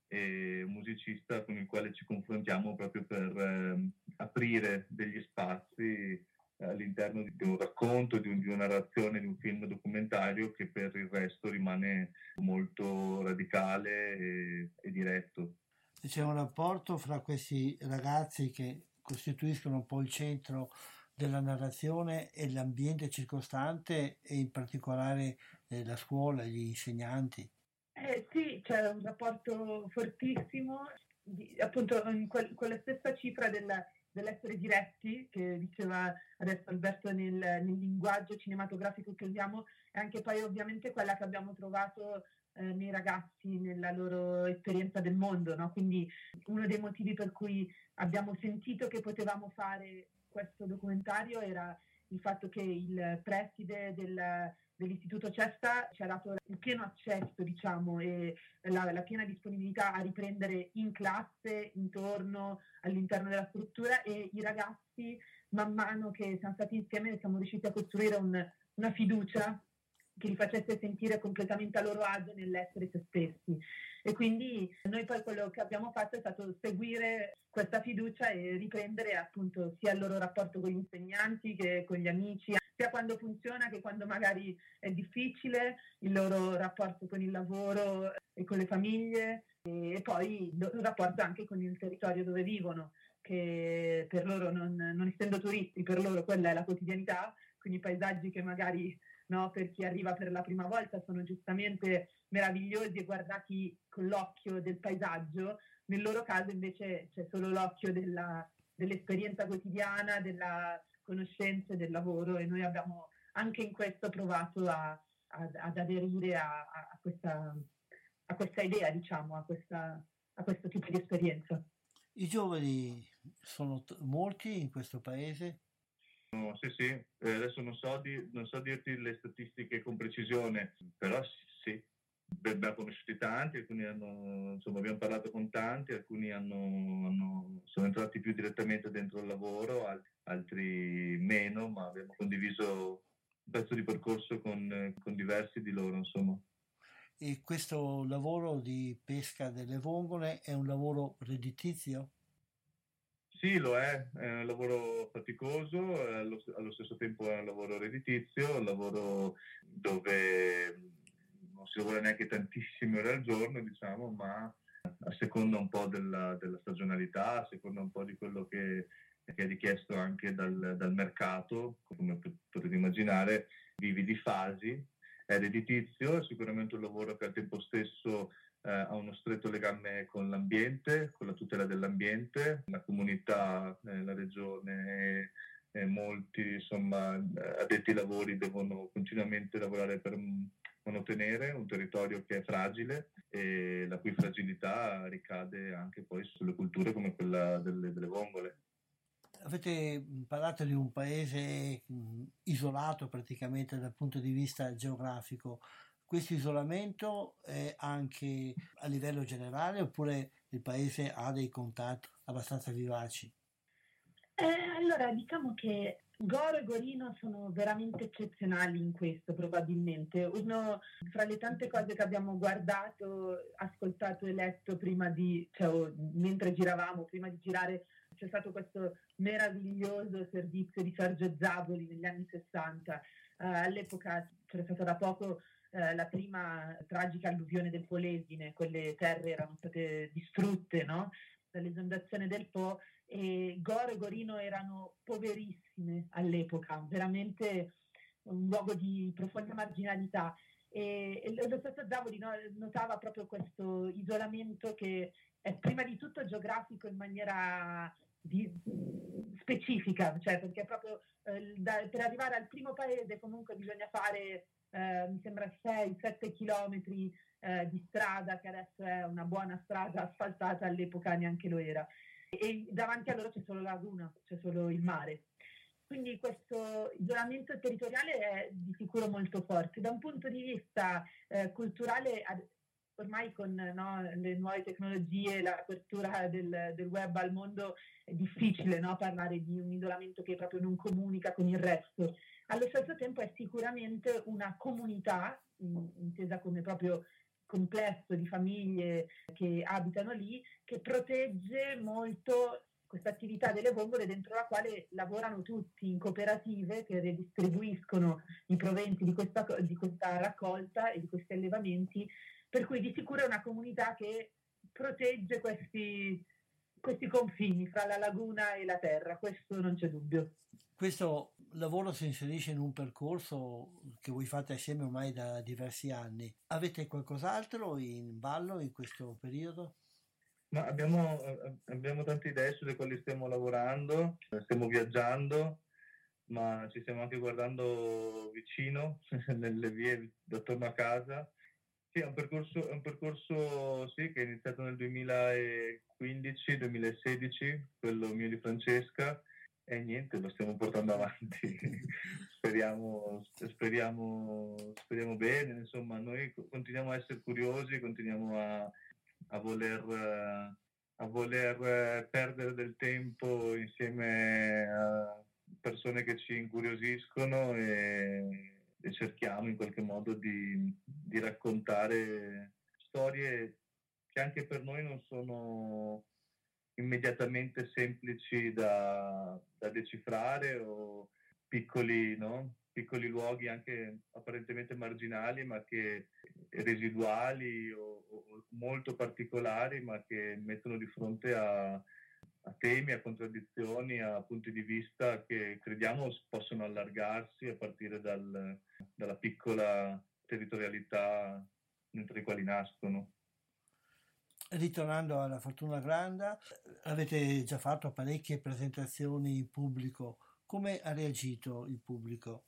e un musicista con il quale ci confrontiamo proprio per aprire degli spazi all'interno di un racconto, di una narrazione, di un film documentario che per il resto rimane molto radicale e diretto. C'è un rapporto fra questi ragazzi che costituiscono un po' il centro della narrazione e l'ambiente circostante, e in particolare la scuola, gli insegnanti? Sì, c'è un rapporto fortissimo, appunto con la stessa cifra dell'essere diretti che diceva adesso Alberto nel linguaggio cinematografico che usiamo, e anche poi ovviamente quella che abbiamo trovato nei ragazzi nella loro esperienza del mondo, no? Quindi uno dei motivi per cui abbiamo sentito che potevamo fare questo documentario era il fatto che il preside dell'Istituto Cesta ci ha dato il pieno accesso, diciamo, e la piena disponibilità a riprendere in classe, intorno, all'interno della struttura, e i ragazzi, man mano che siamo stati insieme, siamo riusciti a costruire una fiducia che li facesse sentire completamente a loro agio nell'essere se stessi. E quindi noi poi quello che abbiamo fatto è stato seguire questa fiducia e riprendere appunto sia il loro rapporto con gli insegnanti che con gli amici, sia quando funziona che quando magari è difficile, il loro rapporto con il lavoro e con le famiglie, e poi il loro rapporto anche con il territorio dove vivono, che per loro, non essendo turisti, per loro quella è la quotidianità, quindi paesaggi che magari, no, per chi arriva per la prima volta sono giustamente meravigliosi e guardati con l'occhio del paesaggio. Nel loro caso invece c'è solo l'occhio dell'esperienza quotidiana, della conoscenza e del lavoro, e noi abbiamo anche in questo provato ad aderire a questa idea, diciamo, a questo tipo di esperienza. I giovani sono molti in questo paese? Sì, adesso non so dirti le statistiche con precisione, però sì, abbiamo conosciuti tanti, alcuni abbiamo parlato con tanti, alcuni sono entrati più direttamente dentro il lavoro, altri meno, ma abbiamo condiviso un pezzo di percorso con diversi di loro, insomma. E questo lavoro di pesca delle vongole è un lavoro redditizio? Sì, lo è un lavoro faticoso, allo stesso tempo è un lavoro redditizio, un lavoro dove non si lavora neanche tantissime ore al giorno, diciamo, ma a seconda un po' della stagionalità, a seconda un po' di quello che è richiesto anche dal mercato, come potete immaginare, vivi di fasi, è redditizio, è sicuramente un lavoro che al tempo stesso ha uno stretto legame con l'ambiente, con la tutela dell'ambiente, la comunità, la regione e molti addetti ai lavori devono continuamente lavorare per mantenere un territorio che è fragile e la cui fragilità ricade anche poi sulle culture come quella delle vongole. Avete parlato di un paese isolato praticamente dal punto di vista geografico. Questo isolamento è anche a livello generale, oppure il paese ha dei contatti abbastanza vivaci? Allora, diciamo che Goro e Gorino sono veramente eccezionali in questo, probabilmente. Uno fra le tante cose che abbiamo guardato, ascoltato e letto mentre giravamo, prima di girare, c'è stato questo meraviglioso servizio di Sergio Zavoli negli anni 60. All'epoca c'era stata da poco la prima tragica alluvione del Polesine, quelle terre erano state distrutte, no? Dall'esondazione del Po, e Goro e Gorino erano poverissime all'epoca, veramente un luogo di profonda marginalità, e lo stesso Zavoli notava proprio questo isolamento che è prima di tutto geografico in maniera specifica, cioè perché proprio per arrivare al primo paese comunque bisogna fare mi sembra 6-7 chilometri di strada, che adesso è una buona strada asfaltata, all'epoca neanche lo era, e davanti a loro c'è solo la laguna, c'è solo il mare. quindi questo isolamento territoriale è di sicuro molto forte. Da un punto di vista culturale, ormai con le nuove tecnologie, l'apertura del web al mondo, è difficile parlare di un isolamento che proprio non comunica con il resto. Allo stesso tempo è sicuramente una comunità, intesa come proprio complesso di famiglie che abitano lì, che protegge molto questa attività delle vongole, dentro la quale lavorano tutti in cooperative che redistribuiscono i proventi di questa raccolta e di questi allevamenti, per cui di sicuro è una comunità che protegge questi confini fra la laguna e la terra, questo non c'è dubbio. Questo lavoro si inserisce in un percorso che voi fate assieme ormai da diversi anni. Avete qualcos'altro in ballo in questo periodo? Ma abbiamo tante idee sulle quali stiamo lavorando, stiamo viaggiando, ma ci stiamo anche guardando vicino, nelle vie attorno a casa. Sì, è un percorso sì, che è iniziato nel 2015-2016, quello mio di Francesca, e niente, lo stiamo portando avanti. speriamo bene, insomma, noi continuiamo a essere curiosi, continuiamo a voler perdere del tempo insieme a persone che ci incuriosiscono e cerchiamo in qualche modo di raccontare storie che anche per noi non sono immediatamente semplici da decifrare, o piccoli luoghi anche apparentemente marginali, ma che residuali o molto particolari, ma che mettono di fronte a temi, a contraddizioni, a punti di vista che crediamo possono allargarsi a partire dalla piccola territorialità dentro i quali nascono. Ritornando alla Fortuna Granda, avete già fatto parecchie presentazioni in pubblico. Come ha reagito il pubblico?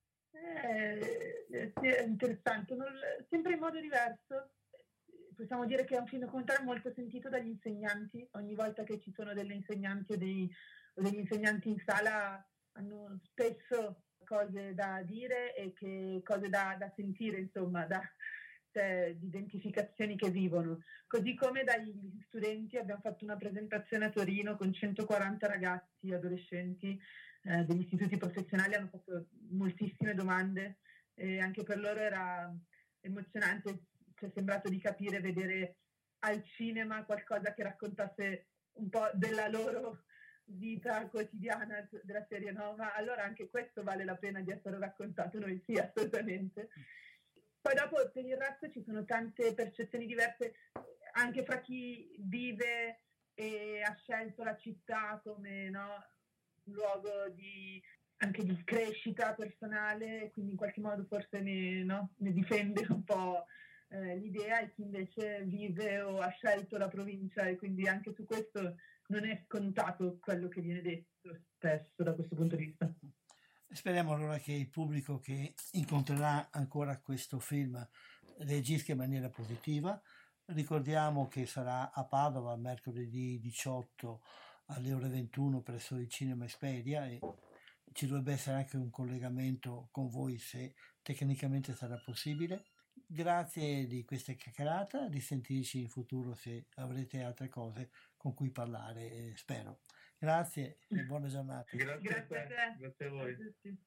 È interessante, sempre in modo diverso. Possiamo dire che è un film documentario molto sentito dagli insegnanti. Ogni volta che ci sono delle insegnanti o degli insegnanti in sala, hanno spesso cose da dire e cose da sentire, insomma, di identificazioni che vivono. Così come dagli studenti abbiamo fatto una presentazione a Torino con 140 ragazzi, adolescenti degli istituti professionali, hanno fatto moltissime domande e anche per loro era emozionante. Ci è sembrato di capire, vedere al cinema qualcosa che raccontasse un po' della loro vita quotidiana, della serie, no? Ma allora anche questo vale la pena di essere raccontato. Noi sì, assolutamente. Poi dopo per il resto ci sono tante percezioni diverse anche fra chi vive e ha scelto la città come luogo anche di crescita personale, quindi in qualche modo forse ne difende un po' l'idea, e chi invece vive o ha scelto la provincia, e quindi anche su questo non è scontato quello che viene detto spesso da questo punto di vista. Speriamo allora che il pubblico che incontrerà ancora questo film reagisca in maniera positiva. Ricordiamo che sarà a Padova mercoledì 18 alle ore 21 presso il Cinema Esperia, e ci dovrebbe essere anche un collegamento con voi se tecnicamente sarà possibile. Grazie di questa chiacchierata, di sentirci in futuro se avrete altre cose con cui parlare, spero. Grazie e buona giornata. Grazie a te. Grazie a voi.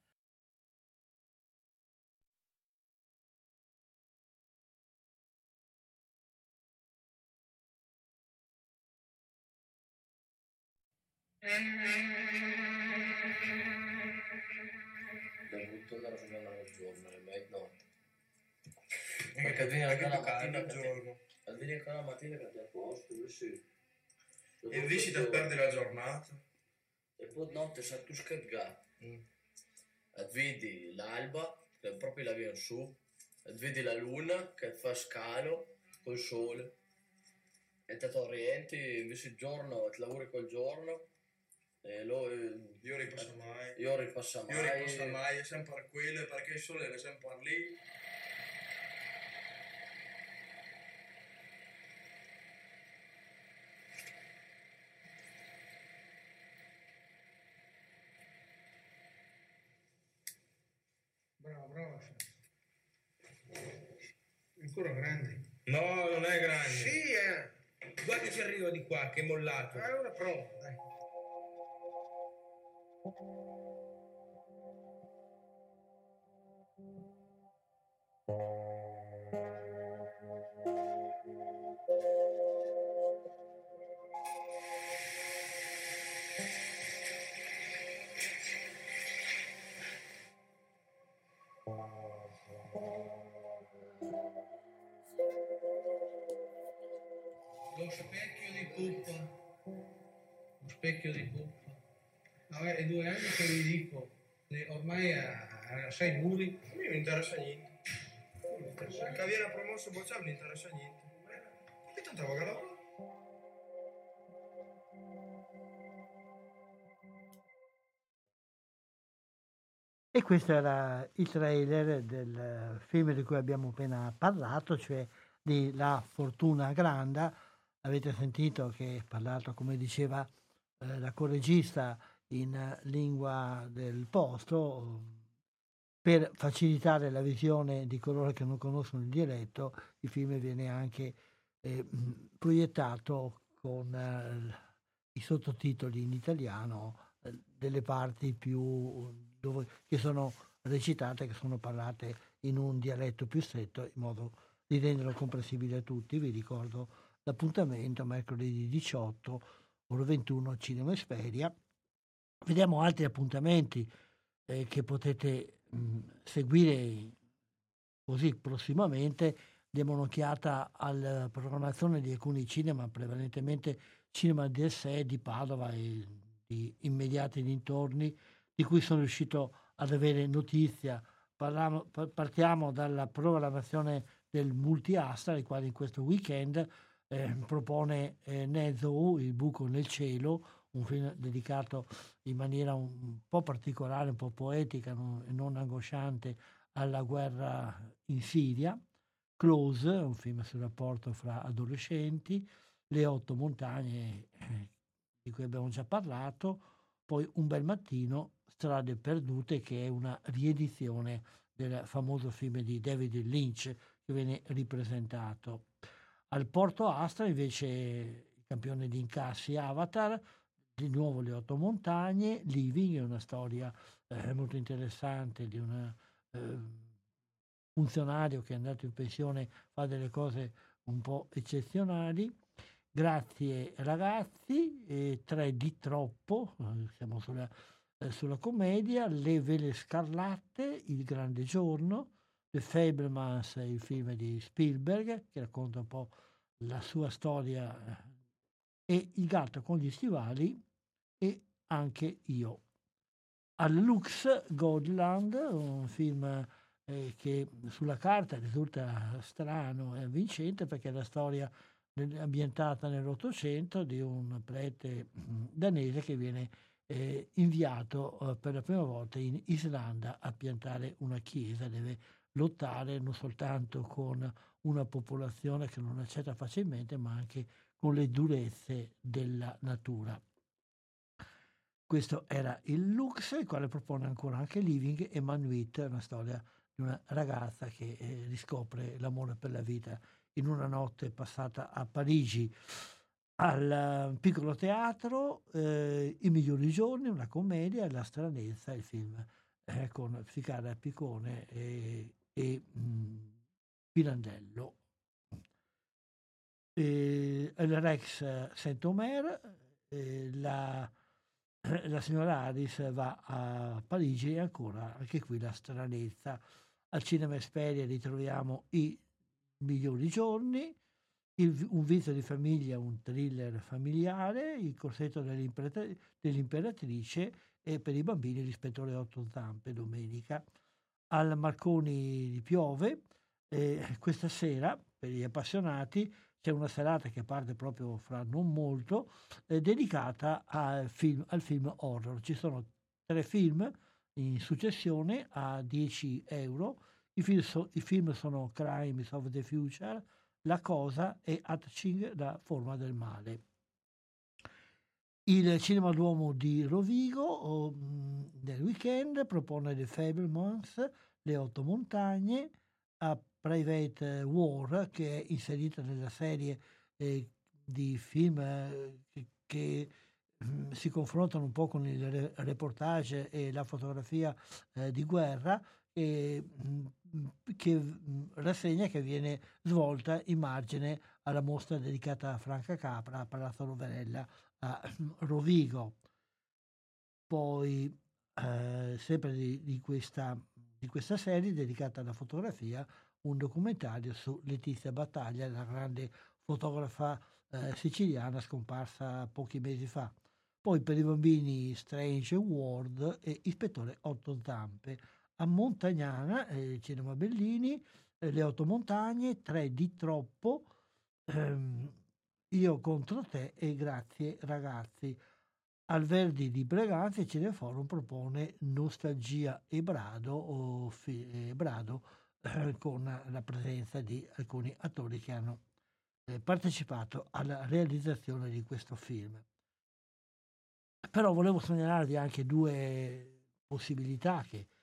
Devo tornare a giocare al giorno, è notte. Perché vieni anche la mattina al giorno. Vieni anche la mattina che ti a posto, sì. E invece da perdere la giornata. E poi notte sei tu scaricato. E vedi l'alba che proprio la viene su, e vedi la luna che fa scalo col sole. E te orienti, invece il giorno ti lavori col giorno. Io ripasso mai. Io ripasso mai, è sempre quello, perché il sole è sempre lì. Bravo, bravo. Ancora grande. No, non è grande. Sì, Guarda che ci arriva di qua, che è mollato. Ora prova, dai. Lo specchio di poppa. Lo specchio di poppa. No, è 2 anni che vi dico. Ormai a 6 muri. A me non interessa niente. Che viene promosso Bocciar non interessa niente. E tanto va lavoro. E questo era il trailer del film di cui abbiamo appena parlato, cioè di La Fortuna Granda. Avete sentito che è parlato, come diceva la corregista, in lingua del posto, per facilitare la visione di coloro che non conoscono il dialetto. Il film viene anche proiettato con i sottotitoli in italiano delle parti più che sono recitate, che sono parlate in un dialetto più stretto, in modo di renderlo comprensibile a tutti. Vi ricordo l'appuntamento mercoledì 18, ore 21, Cinema Esperia. Vediamo altri appuntamenti che potete seguire così prossimamente. Diamo un'occhiata alla programmazione di alcuni cinema, prevalentemente cinema DSE di Padova e di immediati dintorni, di cui sono riuscito ad avere notizia. Partiamo dalla programmazione del Multiastra, il quale in questo weekend propone Nezo, Il buco nel cielo, un film dedicato in maniera un po' particolare, un po' poetica e non angosciante alla guerra in Siria. Close, un film sul rapporto fra adolescenti. Le 8 montagne, di cui abbiamo già parlato. Poi Un bel mattino, Strade perdute, che è una riedizione del famoso film di David Lynch che viene ripresentato. Al Porto Astra invece il campione di incassi Avatar, di nuovo Le 8 montagne. Living è una storia molto interessante di un funzionario che è andato in pensione, fa delle cose un po' eccezionali. Grazie ragazzi, 3 di troppo, siamo sulla commedia. Le vele scarlatte, Il grande giorno. The Fabelmans, il film di Spielberg che racconta un po' la sua storia, e Il gatto con gli stivali e Anche io. Al Lux Goldland, un film che sulla carta risulta strano e avvincente, perché è la storia ambientata nell'Ottocento di un prete danese che viene inviato per la prima volta in Islanda a piantare una chiesa. Deve lottare non soltanto con una popolazione che non accetta facilmente, ma anche con le durezze della natura. Questo era il Lux, il quale propone ancora anche Living e Manuit, una storia di una ragazza che riscopre l'amore per la vita in una notte passata a Parigi. Al Piccolo Teatro, I migliori giorni, una commedia, La stranezza, il film con Ficarra Piccone e Pirandello. Il Rex Saint-Omer, la signora Harris va a Parigi, e ancora anche qui La stranezza. Al Cinema Esperia ritroviamo I migliori giorni, Un vizio di famiglia, un thriller familiare, Il corsetto dell'imperatrice e per i bambini L'ispettore Otto Zampe, domenica. Al Marconi piove, questa sera per gli appassionati c'è una serata che parte proprio fra non molto, dedicata al film horror. Ci sono 3 film in successione a 10 euro. I film sono Crimes of the Future, La cosa e Hatching, la forma del male. Il Cinema Duomo di Rovigo nel weekend propone The Fabelmans, Le otto montagne, A Private War, che è inserita nella serie di film che si confrontano un po' con il reportage e la fotografia di guerra, che rassegna che viene svolta in margine alla mostra dedicata a Franca Capra a Palazzo Roverella a Rovigo. Poi sempre di questa serie dedicata alla fotografia, un documentario su Letizia Battaglia, la grande fotografa siciliana scomparsa pochi mesi fa. Poi per i bambini Strange World e Ispettore Otto Zampe. A Montagnana, Cinema Bellini, Le otto montagne, 3 di troppo, Io contro te e Grazie ragazzi. Al Verdi di Breganze il Cineforum propone Nostalgia e Brado, con la presenza di alcuni attori che hanno partecipato alla realizzazione di questo film. Però volevo segnalarvi anche due possibilità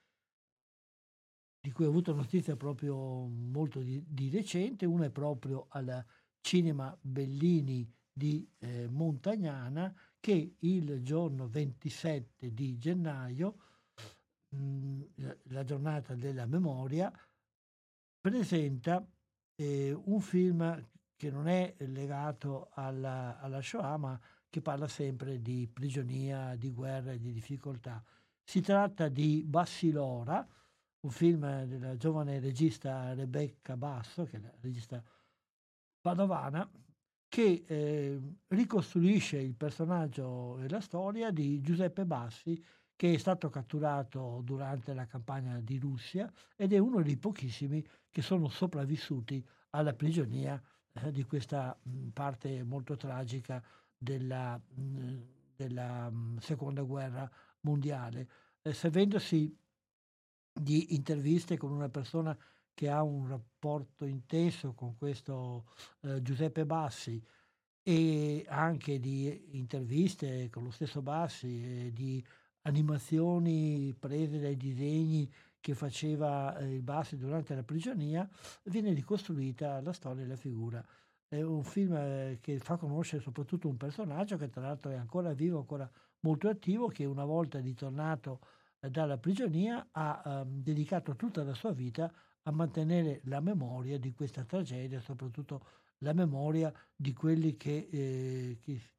di cui ho avuto notizia proprio molto di recente. Una è proprio al Cinema Bellini di Montagnana, che il giorno 27 di gennaio, la giornata della memoria, presenta un film che non è legato alla Shoah, ma che parla sempre di prigionia, di guerra e di difficoltà. Si tratta di Bassilora, un film della giovane regista Rebecca Basso, che è la regista padovana, che ricostruisce il personaggio e la storia di Giuseppe Bassi, che è stato catturato durante la campagna di Russia ed è uno dei pochissimi che sono sopravvissuti alla prigionia di questa parte molto tragica della seconda guerra mondiale. Servendosi di interviste con una persona che ha un rapporto intenso con questo Giuseppe Bassi, e anche di interviste con lo stesso Bassi, di animazioni prese dai disegni che faceva il Bassi durante la prigionia, viene ricostruita la storia e la figura. È un film che fa conoscere soprattutto un personaggio che tra l'altro è ancora vivo, ancora molto attivo, che una volta ritornato dalla prigionia ha dedicato tutta la sua vita a mantenere la memoria di questa tragedia, soprattutto la memoria di quelli che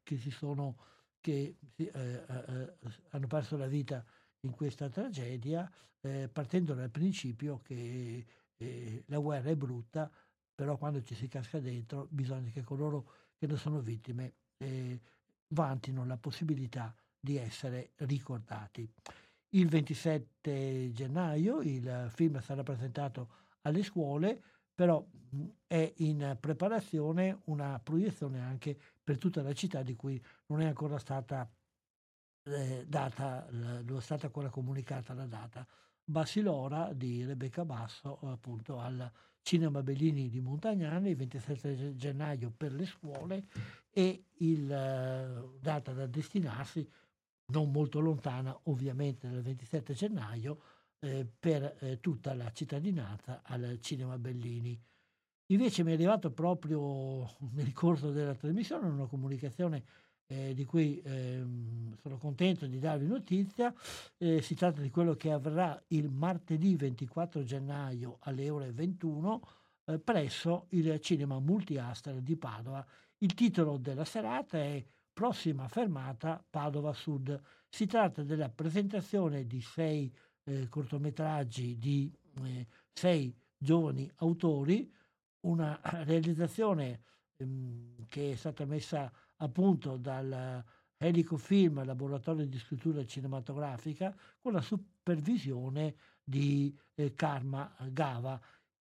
hanno perso la vita in questa tragedia, partendo dal principio che la guerra è brutta, però quando ci si casca dentro bisogna che coloro che ne sono vittime vantino la possibilità di essere ricordati. Il 27 gennaio il film sarà presentato alle scuole, però è in preparazione una proiezione anche per tutta la città, di cui non è ancora stata non è stata ancora comunicata la data. Bassilora di Rebecca Basso, appunto al Cinema Bellini di Montagnana, il 27 gennaio per le scuole, e data da destinarsi non molto lontana, ovviamente, dal 27 gennaio, per tutta la cittadinanza al Cinema Bellini. Invece mi è arrivato proprio nel corso della trasmissione una comunicazione di cui sono contento di darvi notizia. Si tratta di quello che avverrà il martedì 24 gennaio alle ore 21 presso il Cinema Multiastra di Padova. Il titolo della serata è Prossima fermata Padova Sud. Si tratta della presentazione di 6 cortometraggi di 6 giovani autori, una realizzazione che è stata messa a punto dal Helico Film, laboratorio di scrittura cinematografica, con la supervisione di Karma Gava.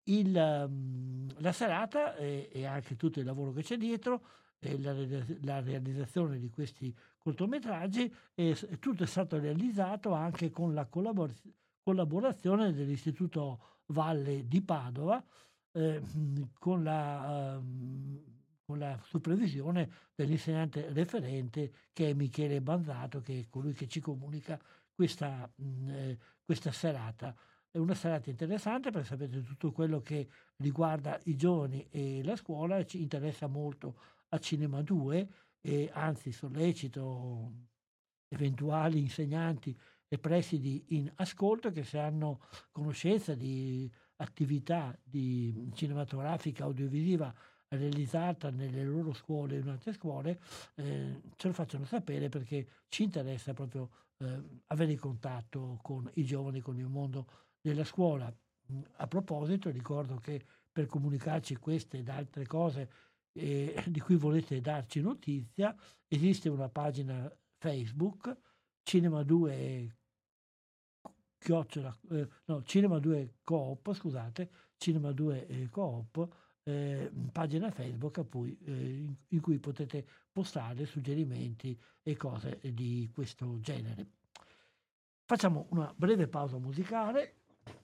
La serata e anche tutto il lavoro che c'è dietro, la realizzazione di questi cortometraggi, tutto è stato realizzato anche con la collaborazione dell'Istituto Valle di Padova, con la supervisione dell'insegnante referente, che è Michele Banzato, che è colui che ci comunica questa serata. È una serata interessante perché sapete tutto quello che riguarda i giovani e la scuola ci interessa molto a Cinema 2 e anzi sollecito eventuali insegnanti e presidi in ascolto che se hanno conoscenza di attività di cinematografica audiovisiva realizzata nelle loro scuole e in altre scuole, ce lo facciano sapere perché ci interessa proprio avere contatto con i giovani, con il mondo della scuola. A proposito, ricordo che per comunicarci queste ed altre cose di cui volete darci notizia, esiste una pagina Facebook, Cinema 2 Cinema 2 Coop, scusate, Cinema 2 Coop, pagina Facebook in cui potete postare suggerimenti e cose di questo genere. Facciamo una breve pausa musicale.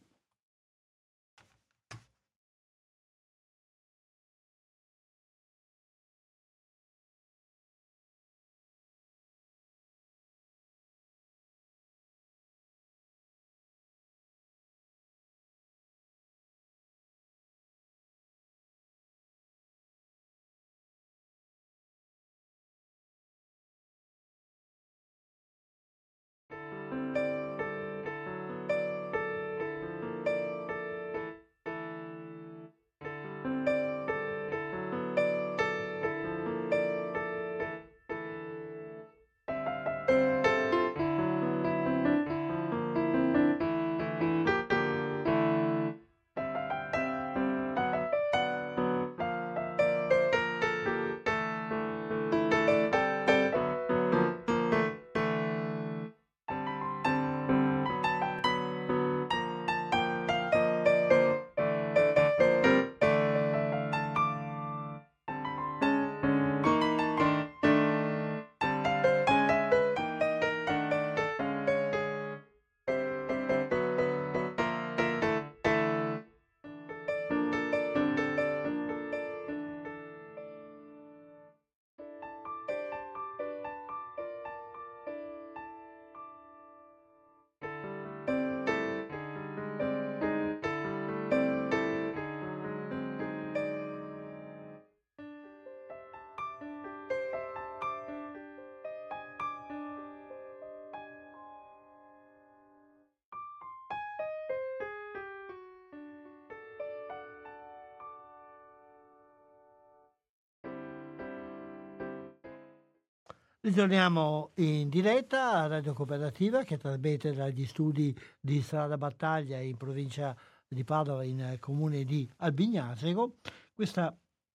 Ritorniamo in diretta a Radio Cooperativa che trasmette dagli studi di Strada Battaglia in provincia di Padova in comune di Albignasego. Questa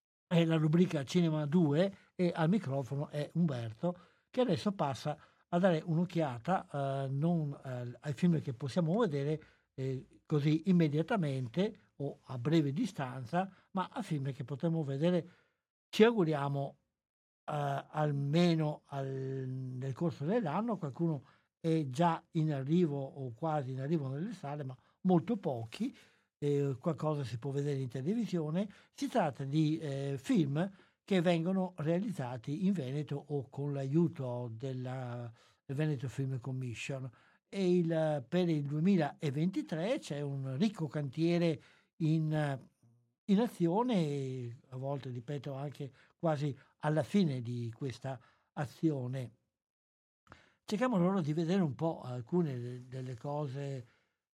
è la rubrica Cinema 2 e al microfono è Umberto che adesso passa a dare un'occhiata non ai film che possiamo vedere così immediatamente o a breve distanza, ma a film che potremo vedere, ci auguriamo, almeno nel corso dell'anno. Qualcuno è già in arrivo o quasi in arrivo nelle sale, ma molto pochi. Qualcosa si può vedere in televisione. Si tratta di film che vengono realizzati in Veneto o con l'aiuto della Veneto Film Commission. E per il 2023 c'è un ricco cantiere in azione, a volte ripeto anche quasi alla fine di questa azione. Cerchiamo allora di vedere un po' alcune delle cose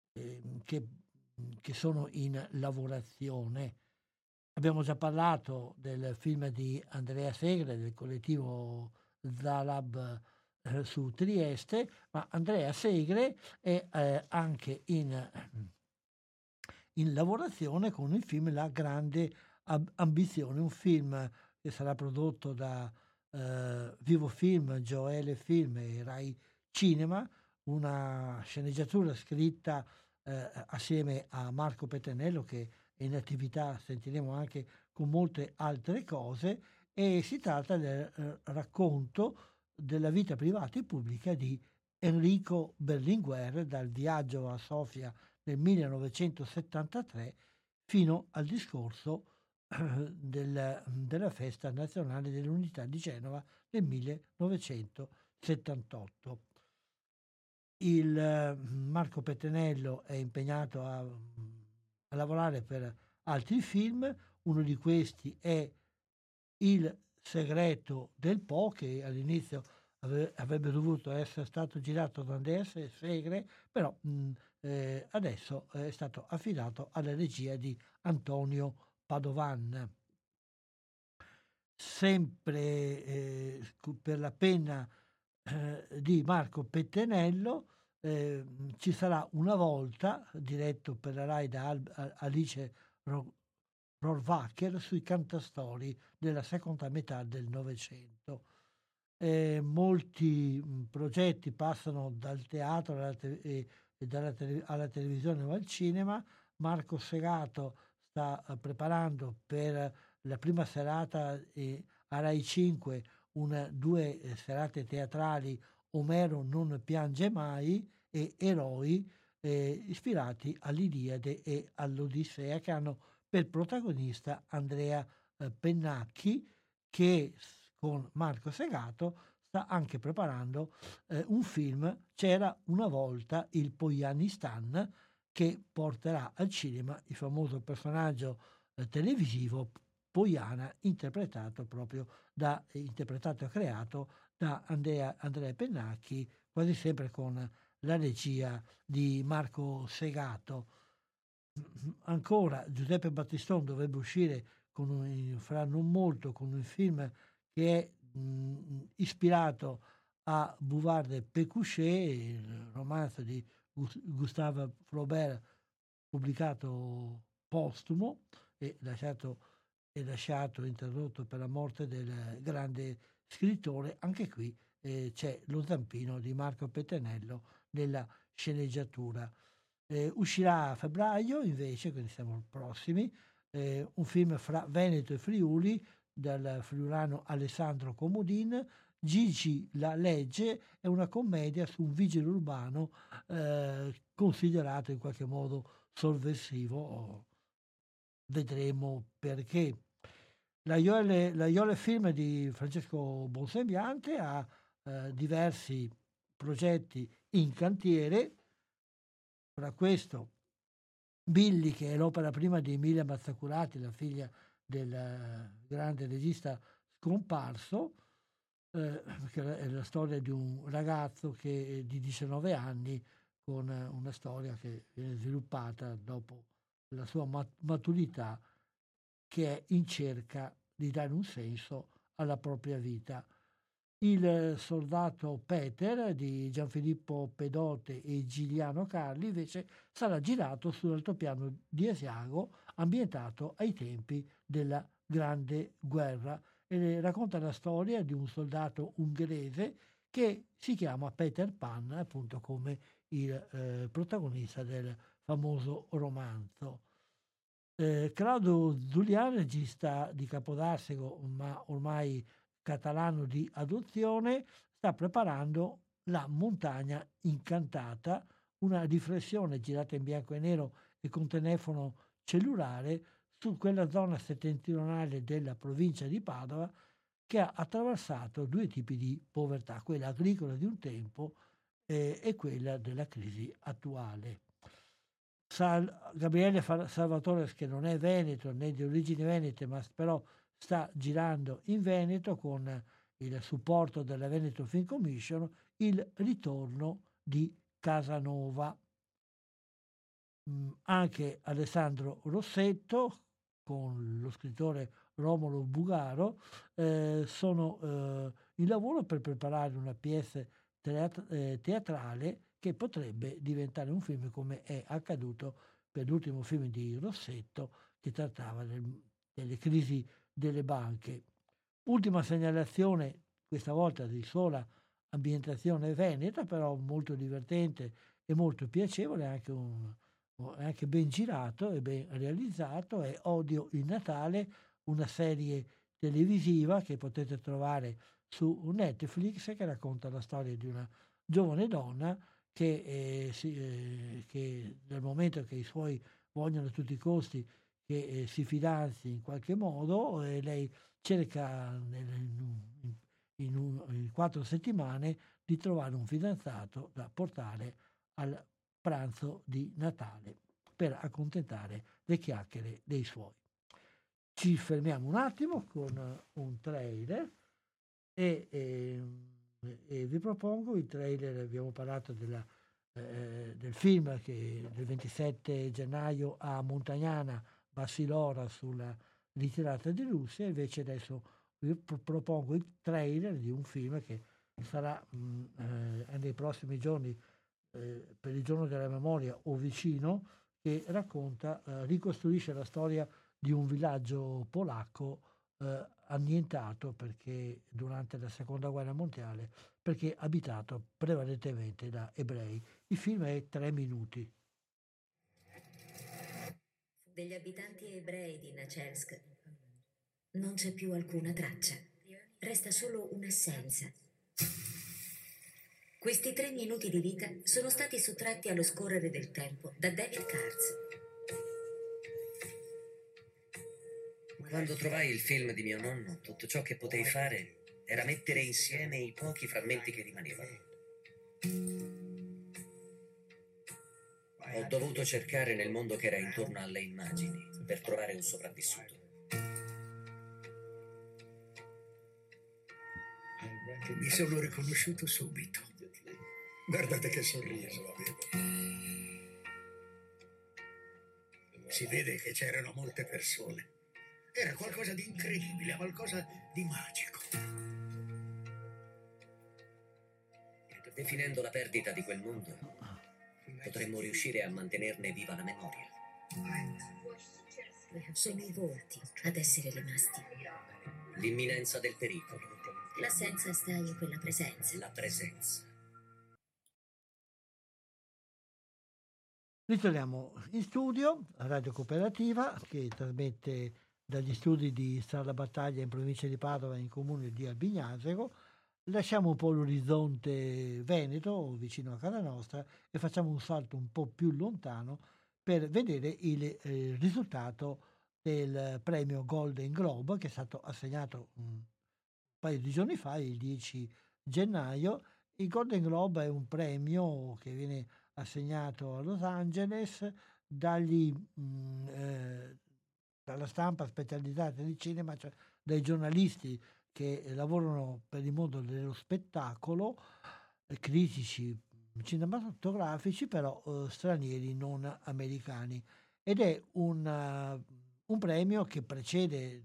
che sono in lavorazione. Abbiamo già parlato del film di Andrea Segre, del collettivo Zalab su Trieste, ma Andrea Segre è anche in lavorazione con il film La Grande Ambizione, un film che sarà prodotto da Vivo Film, Gioele Film e Rai Cinema, una sceneggiatura scritta assieme a Marco Peternello che è in attività, sentiremo anche con molte altre cose, e si tratta del racconto della vita privata e pubblica di Enrico Berlinguer dal viaggio a Sofia nel 1973 fino al discorso della festa nazionale dell'unità di Genova nel 1978. Marco Pettenello è impegnato a lavorare per altri film, uno di questi è Il segreto del Po, che all'inizio avrebbe dovuto essere stato girato da Andrea Segre, però adesso è stato affidato alla regia di Antonio Padovan. Sempre per la penna di Marco Pettenello ci sarà Una volta, diretto per la Rai da Alice Rohrwacher, sui cantastorie della seconda metà del Novecento. Molti progetti passano dal teatro alla televisione o al cinema. Marco Segato sta preparando per la prima serata a Rai 5 due serate teatrali, Omero non piange mai e Eroi, ispirati all'Iliade e all'Odissea, che hanno per protagonista Andrea Pennacchi, che con Marco Segato sta anche preparando un film, C'era una volta il Pojanistan, che porterà al cinema il famoso personaggio televisivo Pojana, interpretato e creato da Andrea Pennacchi, quasi sempre con la regia di Marco Segato. Ancora Giuseppe Battiston dovrebbe uscire fra non molto con un film che è ispirato a Bouvard de Pécuchet, il romanzo di Gustave Flaubert, pubblicato postumo e lasciato interrotto per la morte del grande scrittore. Anche qui c'è lo zampino di Marco Pettenello nella sceneggiatura. Uscirà a febbraio invece, quindi siamo prossimi, un film fra Veneto e Friuli dal friulano Alessandro Comodin. Gigi la legge è una commedia su un vigile urbano considerato in qualche modo sovversivo, vedremo perché. La Iole Film di Francesco Bonsembiante ha diversi progetti in cantiere. Fra questo Billy, che è l'opera prima di Emilia Mazzacurati, la figlia del grande regista scomparso, che è la storia di un ragazzo di 19 anni con una storia che viene sviluppata dopo la sua maturità, che è in cerca di dare un senso alla propria vita. Il soldato Peter di Gianfilippo Pedote e Giuliano Carli invece sarà girato sull'altopiano di Asiago, ambientato ai tempi della Grande Guerra, e racconta la storia di un soldato ungherese che si chiama Peter Pan, appunto come il protagonista del famoso romanzo. Claudio Zulian, regista di Capodarsego ma ormai catalano di adozione, sta preparando La montagna incantata, una riflessione girata in bianco e nero e con telefono cellulare su quella zona settentrionale della provincia di Padova che ha attraversato due tipi di povertà, quella agricola di un tempo e quella della crisi attuale. Gabriele Salvatore, che non è veneto né di origini venete, ma però sta girando in Veneto con il supporto della Veneto Film Commission, Il ritorno di Casanova. Anche Alessandro Rossetto con lo scrittore Romolo Bugaro sono in lavoro per preparare una pièce teatrale che potrebbe diventare un film, come è accaduto per l'ultimo film di Rossetto che trattava delle crisi delle banche. Ultima segnalazione, questa volta di sola ambientazione veneta, però molto divertente e molto piacevole, anche ben girato e ben realizzato, è Odio il Natale, una serie televisiva che potete trovare su Netflix, che racconta la storia di una giovane donna che nel momento che i suoi vogliono a tutti i costi che si fidanzi in qualche modo, lei cerca in 4 settimane di trovare un fidanzato da portare al pranzo di Natale per accontentare le chiacchiere dei suoi. Ci fermiamo un attimo con un trailer e vi propongo il trailer. Abbiamo parlato del film che del 27 gennaio a Montagnana, Bassilora, sulla ritirata di Russia. Invece adesso vi propongo il trailer di un film che sarà nei prossimi giorni, per il giorno della memoria o vicino, che racconta, ricostruisce la storia di un villaggio polacco annientato perché durante la seconda guerra mondiale, perché abitato prevalentemente da ebrei. Il film è 3 minuti. Degli abitanti ebrei di Nachelsk non c'è più alcuna traccia, resta solo un'assenza. Questi 3 minuti di vita sono stati sottratti allo scorrere del tempo da David Katz. Quando trovai il film di mio nonno, tutto ciò che potei fare era mettere insieme i pochi frammenti che rimanevano. Ho dovuto cercare nel mondo che era intorno alle immagini per trovare un sopravvissuto. Mi sono riconosciuto subito. Guardate che sorriso avevo. Si vede che c'erano molte persone. Era qualcosa di incredibile, qualcosa di magico. Definendo la perdita di quel mondo, potremmo riuscire a mantenerne viva la memoria. Sono i volti ad essere rimasti. L'imminenza del pericolo. L'assenza sta in quella presenza. La presenza. Ritorniamo in studio a Radio Cooperativa, che trasmette dagli studi di Sala Battaglia in provincia di Padova, in comune di Albignasego. Lasciamo un po' l'orizzonte veneto vicino a casa nostra e facciamo un salto un po' più lontano per vedere il risultato del premio Golden Globe, che è stato assegnato un paio di giorni fa, il 10 gennaio. Il Golden Globe è un premio che viene assegnato a Los Angeles dalla stampa specializzata di cinema, cioè dai giornalisti che lavorano per il mondo dello spettacolo, critici cinematografici, però stranieri, non americani. Ed è un premio che precede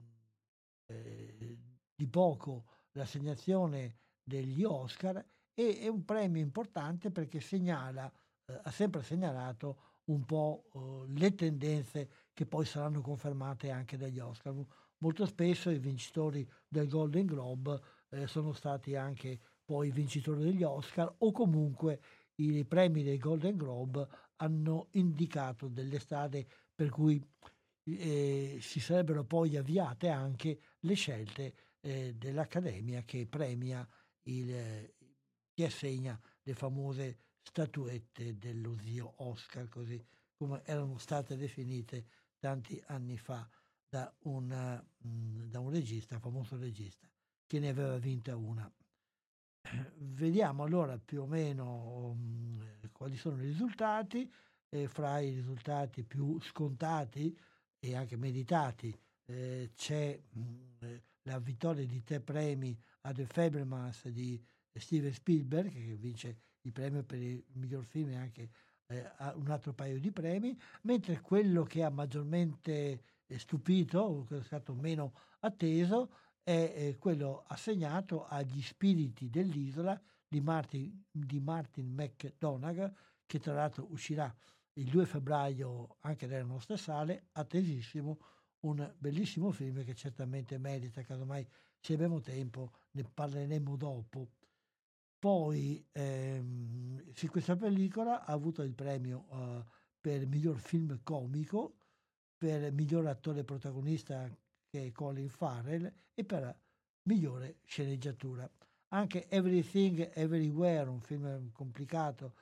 di poco l'assegnazione degli Oscar, e è un premio importante perché ha sempre segnalato un po' le tendenze che poi saranno confermate anche dagli Oscar. Molto spesso i vincitori del Golden Globe sono stati anche poi vincitori degli Oscar, o comunque i premi dei Golden Globe hanno indicato delle strade per cui si sarebbero poi avviate anche le scelte dell'Accademia, che premia chi assegna le famose statuette dello zio Oscar, così come erano state definite tanti anni fa da un regista, famoso regista, che ne aveva vinta una. Vediamo allora più o meno quali sono i risultati. Fra i risultati più scontati e anche meditati c'è la vittoria di 3 premi a The Fabelmans di Steven Spielberg, che vince il premio per il miglior film e anche un altro paio di premi, mentre quello che ha maggiormente stupito, che è stato meno atteso, è quello assegnato agli Spiriti dell'isola di Martin McDonagh, che tra l'altro uscirà il 2 febbraio anche nelle nostre sale, attesissimo, un bellissimo film che certamente merita, casomai se abbiamo tempo ne parleremo dopo. Poi questa pellicola ha avuto il premio per miglior film comico, per miglior attore protagonista, che è Colin Farrell, e per migliore sceneggiatura. Anche Everything Everywhere, un film complicato,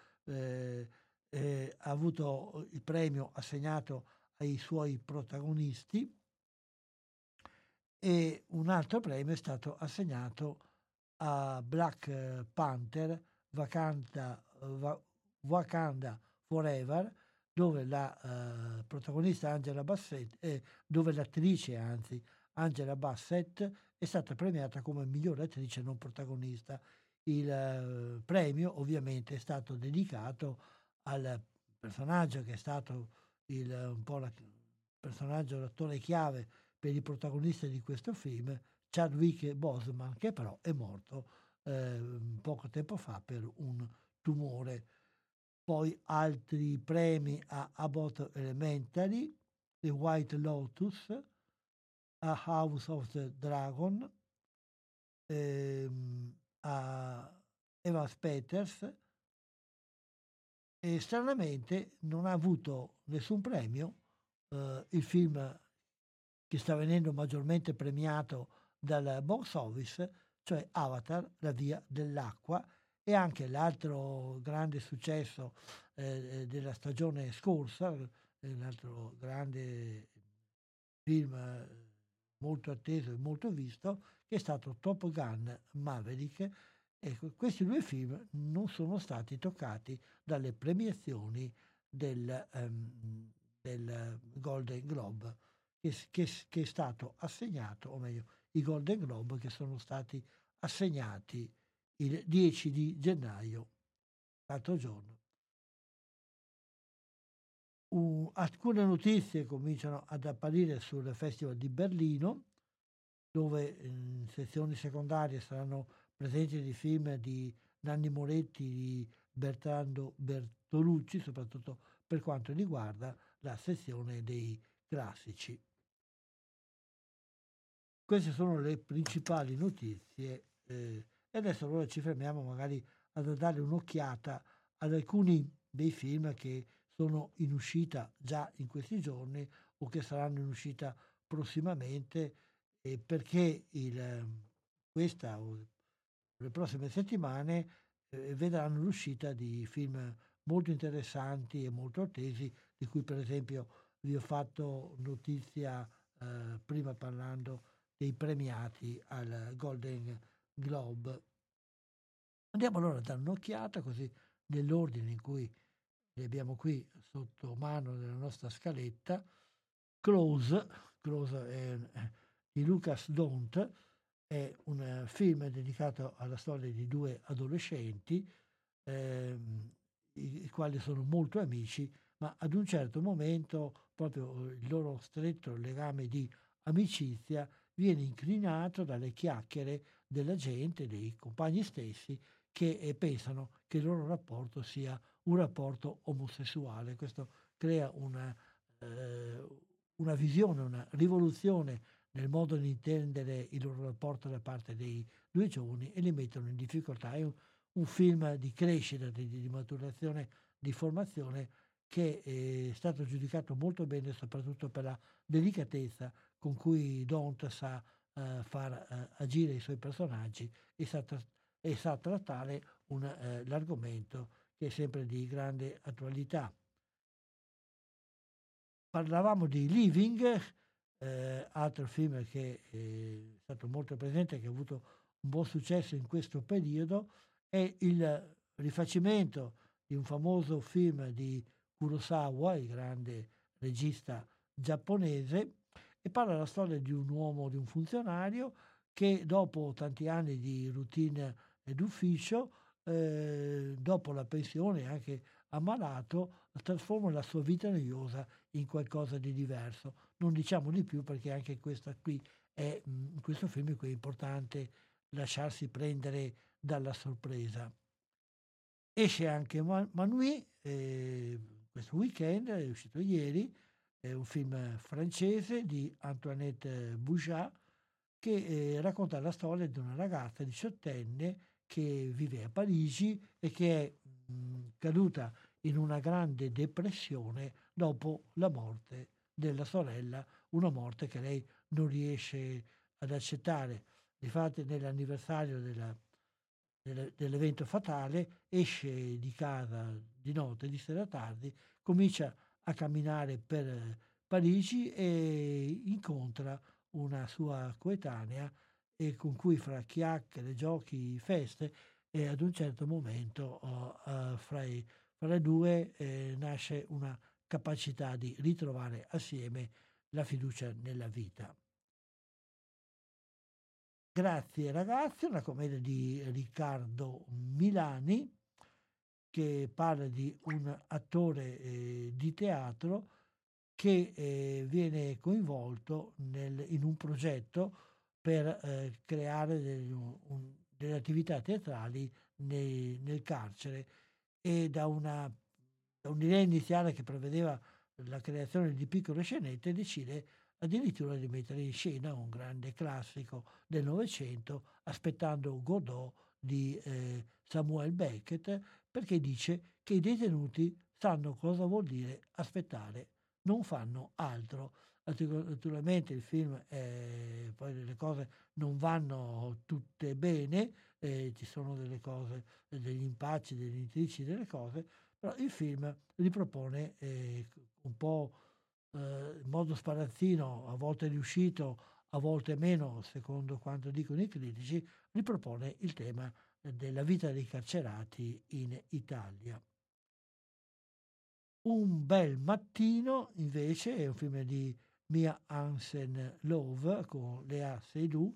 ha avuto il premio assegnato ai suoi protagonisti, e un altro premio è stato assegnato a Black Panther, Wakanda Forever, dove la protagonista Angela Bassett, dove l'attrice anzi Angela Bassett è stata premiata come miglior attrice non protagonista. Il premio ovviamente è stato dedicato al personaggio che è stato un po' personaggio, l'attore chiave per i protagonisti di questo film, Chadwick Boseman, che però è morto poco tempo fa per un tumore. Poi altri premi a Abbott Elementary, The White Lotus, a House of the Dragon, a Evans Peters, e stranamente non ha avuto nessun premio il film che sta venendo maggiormente premiato dal box office, cioè Avatar, La via dell'acqua, e anche l'altro grande successo della stagione scorsa, l'altro grande film molto atteso e molto visto, che è stato Top Gun Maverick. Ecco, questi due film non sono stati toccati dalle premiazioni del Golden Globe, che è stato assegnato, o meglio, i Golden Globe che sono stati assegnati il 10 di gennaio, l'altro giorno. Alcune notizie cominciano ad apparire sul Festival di Berlino, dove in sezioni secondarie saranno presenti dei film di Nanni Moretti, di Bertrando Bertolucci, soprattutto per quanto riguarda la sezione dei classici. Queste sono le principali notizie e adesso allora ci fermiamo magari ad dare un'occhiata ad alcuni dei film che sono in uscita già in questi giorni o che saranno in uscita prossimamente, perché questa o le prossime settimane vedranno l'uscita di film molto interessanti e molto attesi, di cui per esempio vi ho fatto notizia prima parlando dei premiati al Golden Globe. Andiamo allora a dare un'occhiata, così nell'ordine in cui li abbiamo qui sotto mano nella nostra scaletta. Close di Lucas Dont è un film dedicato alla storia di due adolescenti, i quali sono molto amici, ma ad un certo momento proprio il loro stretto legame di amicizia viene incrinato dalle chiacchiere della gente, dei compagni stessi, che pensano che il loro rapporto sia un rapporto omosessuale. Questo crea una visione, una rivoluzione nel modo di intendere il loro rapporto da parte dei due giovani e li mettono in difficoltà. È un film di crescita, di maturazione, di formazione, che è stato giudicato molto bene, soprattutto per la delicatezza con cui Dont sa far agire i suoi personaggi e sa trattare l'argomento che è sempre di grande attualità. Parlavamo di Living, altro film che è stato molto presente, che ha avuto un buon successo in questo periodo, è il rifacimento di un famoso film di Kurosawa, il grande regista giapponese, e parla della storia di un uomo, di un funzionario che dopo tanti anni di routine d'ufficio, dopo la pensione, anche ammalato, trasforma la sua vita noiosa in qualcosa di diverso. Non diciamo di più, perché anche questa qui è, in questo film qui è importante lasciarsi prendere dalla sorpresa. Esce anche Manui questo weekend, è uscito ieri, è un film francese di Antoinette Bouchat, che racconta la storia di una ragazza diciottenne che vive a Parigi e che è caduta in una grande depressione dopo la morte della sorella, una morte che lei non riesce ad accettare. Difatti, nell'anniversario dell'evento fatale, esce di casa di notte, di sera tardi, comincia a camminare per Parigi e incontra una sua coetanea e con cui fra chiacchiere, giochi, feste, e ad un certo momento fra le due nasce una capacità di ritrovare assieme la fiducia nella vita. Grazie ragazzi, una commedia di Riccardo Milani che parla di un attore di teatro che viene coinvolto in un progetto per creare delle attività teatrali nel carcere, e da un'idea iniziale che prevedeva la creazione di piccole scenette decide addirittura di mettere in scena un grande classico del Novecento, aspettando Godot di Samuel Beckett, perché dice che i detenuti sanno cosa vuol dire aspettare, non fanno altro. Naturalmente il film, poi le cose non vanno tutte bene, ci sono delle cose, degli impacci, degli intrecci, delle cose, però il film ripropone un po' in modo sparazzino, a volte riuscito, a volte meno, secondo quanto dicono i critici, ripropone il tema della vita dei carcerati in Italia. Un bel mattino, invece, è un film di Mia Hansen-Løve con Lea Seydoux,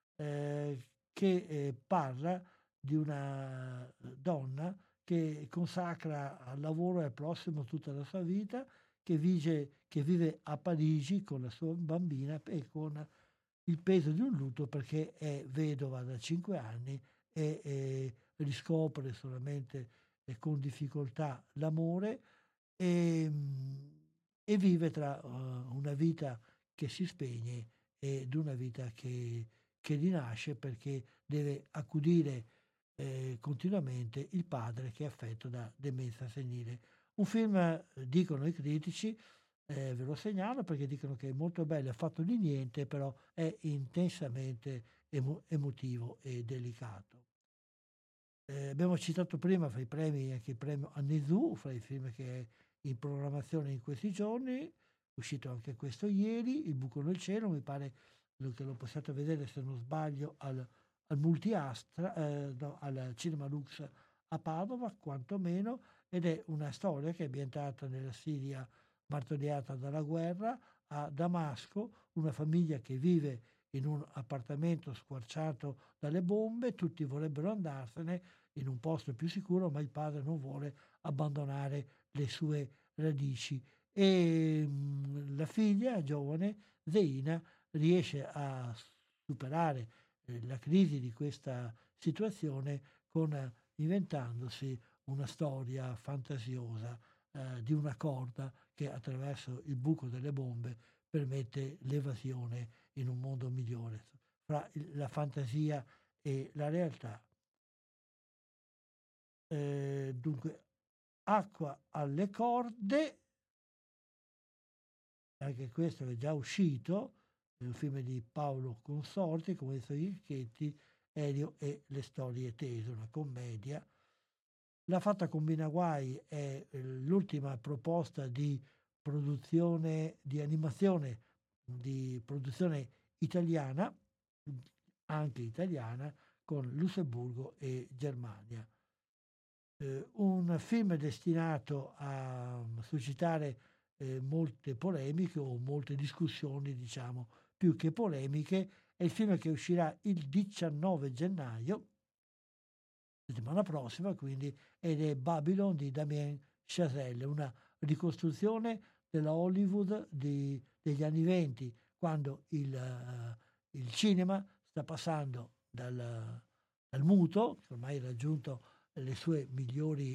che parla di una donna che consacra al lavoro e al prossimo tutta la sua vita, che vive a Parigi con la sua bambina e con il peso di un lutto perché è vedova da 5 anni e riscopre solamente con difficoltà l'amore, e vive tra una vita che si spegne ed una vita che rinasce, perché deve accudire continuamente il padre che è affetto da demenza senile. Un film, dicono i critici, ve lo segnalo perché dicono che è molto bello, è fatto di niente, però è intensamente emotivo e delicato. Abbiamo citato prima fra i premi anche il premio Annezu, fra i film che è in programmazione in questi giorni, è uscito anche questo ieri, Il buco nel cielo, mi pare che lo possiate vedere, se non sbaglio, al Multiastra, no, al Cinema Lux a Padova, quantomeno, ed è una storia che è ambientata nella Siria martoriata dalla guerra, a Damasco, una famiglia che vive in un appartamento squarciato dalle bombe, tutti vorrebbero andarsene in un posto più sicuro, ma il padre non vuole abbandonare le sue radici, e la figlia giovane, Zeina, riesce a superare la crisi di questa situazione inventandosi una storia fantasiosa di una corda che attraverso il buco delle bombe permette l'evasione in un mondo migliore. Fra la fantasia e la realtà. Dunque, Acqua alle corde, anche questo è già uscito, è un film di Paolo Consorti, come detto gli Schietti, Elio e le storie tese, una commedia. La fatta con Binaguai è l'ultima proposta di produzione, di animazione, di produzione italiana, anche italiana, con Lussemburgo e Germania. Un film destinato a suscitare molte polemiche o molte discussioni, diciamo, più che polemiche. È il film che uscirà il 19 gennaio, settimana prossima, quindi, ed è Babylon di Damien Chazelle, una ricostruzione della Hollywood degli anni *20, quando il cinema sta passando dal muto, che ormai ha raggiunto le sue migliori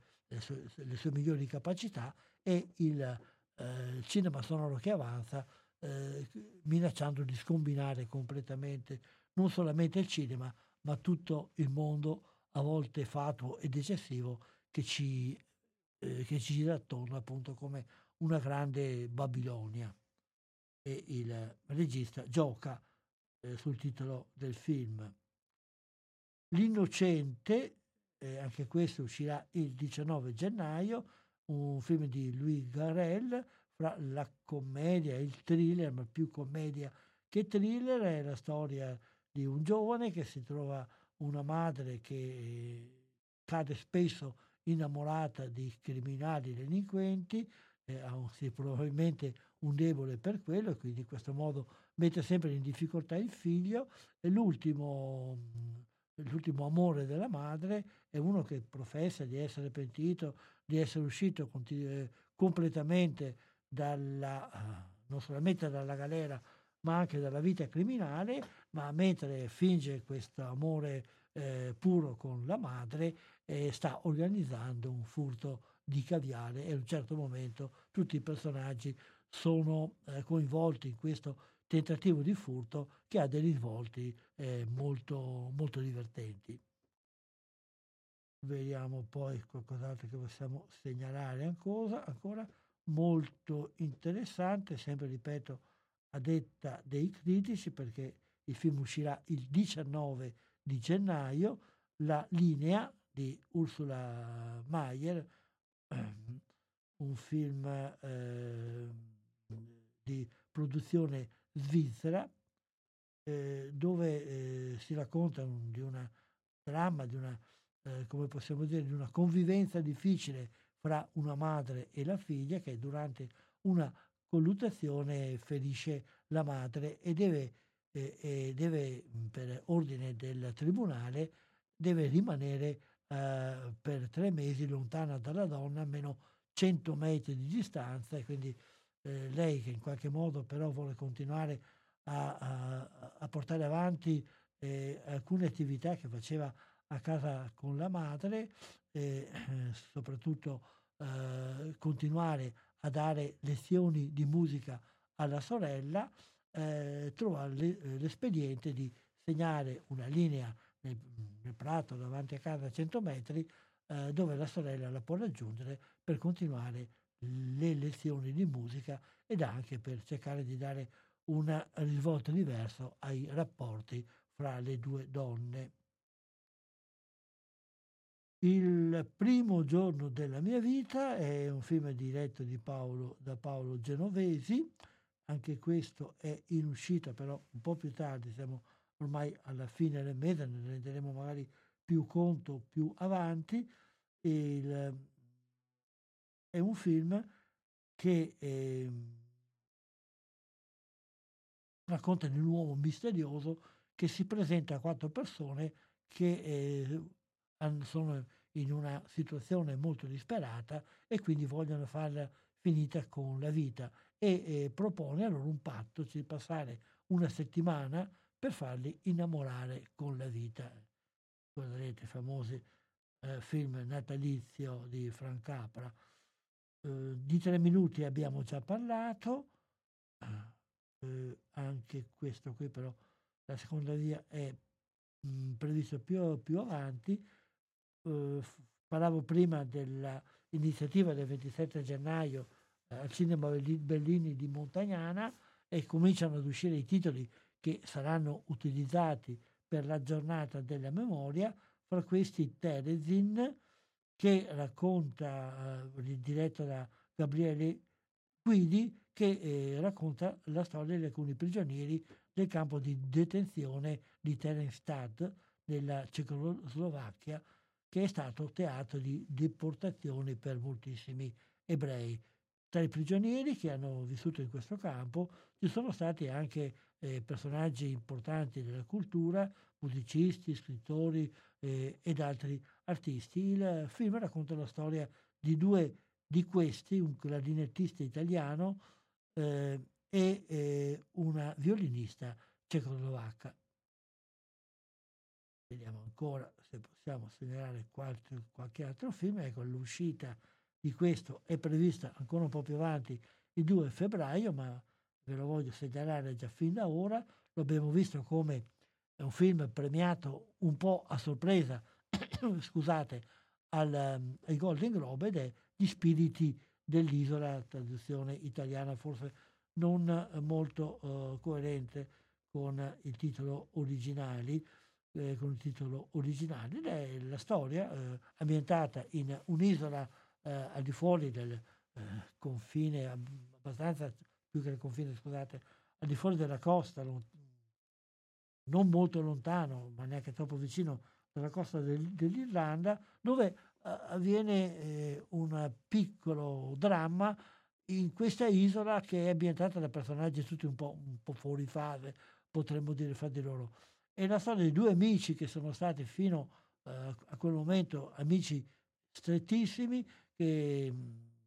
capacità, e il cinema sonoro che avanza, minacciando di scombinare completamente non solamente il cinema, ma tutto il mondo, a volte fatuo ed eccessivo, che ci gira attorno, appunto, come una grande Babilonia. E il regista gioca sul titolo del film. L'innocente, anche questo uscirà il 19 gennaio, un film di Louis Garrel, fra la commedia e il thriller, ma più commedia che thriller. È la storia di un giovane che si trova una madre che cade spesso innamorata di criminali delinquenti, ha probabilmente un debole per quello, e quindi in questo modo mette sempre in difficoltà il figlio, e l'ultimo amore della madre è uno che professa di essere pentito, di essere uscito completamente non solamente dalla galera, ma anche dalla vita criminale, ma mentre finge questo amore puro con la madre, sta organizzando un furto di caviale, e a un certo momento tutti i personaggi sono coinvolti in questo tentativo di furto che ha dei risvolti molto, molto divertenti. Vediamo poi qualcos'altro che possiamo segnalare ancora molto interessante, sempre ripeto a detta dei critici, perché il film uscirà il 19 di gennaio, La linea di Ursula Mayer, un film di produzione svizzera, dove si racconta di una dramma, di una come possiamo dire, di una convivenza difficile fra una madre e la figlia, che durante una colluttazione ferisce la madre e deve, per ordine del tribunale, deve rimanere per 3 mesi lontana dalla donna, a meno 100 metri di distanza, e quindi lei, che in qualche modo però vuole continuare a portare avanti alcune attività che faceva a casa con la madre, soprattutto continuare a dare lezioni di musica alla sorella, trova l'espediente di segnare una linea nel prato davanti a casa a 100 metri, dove la sorella la può raggiungere per continuare le lezioni di musica, ed anche per cercare di dare un risvolto diverso ai rapporti fra le due donne. Il primo giorno della mia vita è un film diretto da Paolo Genovesi, anche questo è in uscita però un po' più tardi, siamo ormai alla fine del mese, ne renderemo magari più conto più avanti. È un film che racconta di un uomo misterioso che si presenta a 4 persone che sono in una situazione molto disperata e quindi vogliono farla finita con la vita, e propone a loro un patto di passare una settimana per farli innamorare con la vita. Guarderete i famosi film natalizio di Frank Capra. Di 3 minuti abbiamo già parlato, anche questo qui però, la seconda via è previsto più avanti. Parlavo prima dell'iniziativa del 27 gennaio al Cinema Bellini di Montagnana, e cominciano ad uscire i titoli che saranno utilizzati per la giornata della memoria, fra questi Terezin, che racconta, diretto da Gabriele Guidi, che racconta la storia di alcuni prigionieri del campo di detenzione di Theresienstadt nella Cecoslovacchia, che è stato teatro di deportazioni per moltissimi ebrei. Tra i prigionieri che hanno vissuto in questo campo ci sono stati anche personaggi importanti della cultura, musicisti, scrittori ed altri artisti. Il film racconta la storia di 2 di questi, un clarinettista italiano e una violinista cecoslovacca. Vediamo ancora se possiamo segnalare qualche altro film. Ecco, l'uscita di questo è prevista ancora un po' più avanti, il 2 febbraio, ma ve lo voglio segnalare già fin da ora. Lo abbiamo visto come un film premiato un po' a sorpresa, scusate, ai Golden Globe, ed è Gli spiriti dell'isola, traduzione italiana forse non molto coerente con il titolo originale, ed è la storia ambientata in un'isola al di fuori del confine, abbastanza più che il confine, scusate, al di fuori della costa, non molto lontano, ma neanche troppo vicino, dalla costa dell'Irlanda, dove avviene un piccolo dramma in questa isola che è ambientata da personaggi tutti un po' fuori fase, potremmo dire fra di loro. È la storia di due amici che sono stati fino a quel momento amici strettissimi, che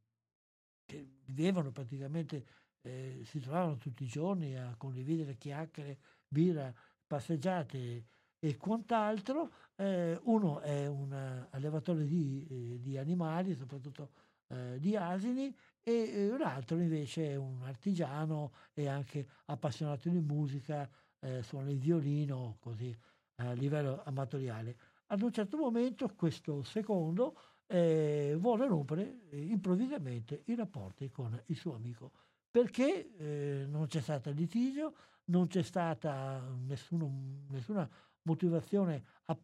vivevano praticamente, si trovavano tutti i giorni a condividere chiacchiere, birra, passeggiate e quant'altro. Uno è un allevatore di animali, soprattutto di asini, e l'altro invece è un artigiano e anche appassionato di musica, suona il violino così a livello amatoriale. Ad un certo momento questo secondo vuole rompere improvvisamente i rapporti con il suo amico, perché non c'è stato litigio, non c'è stata nessuna motivazione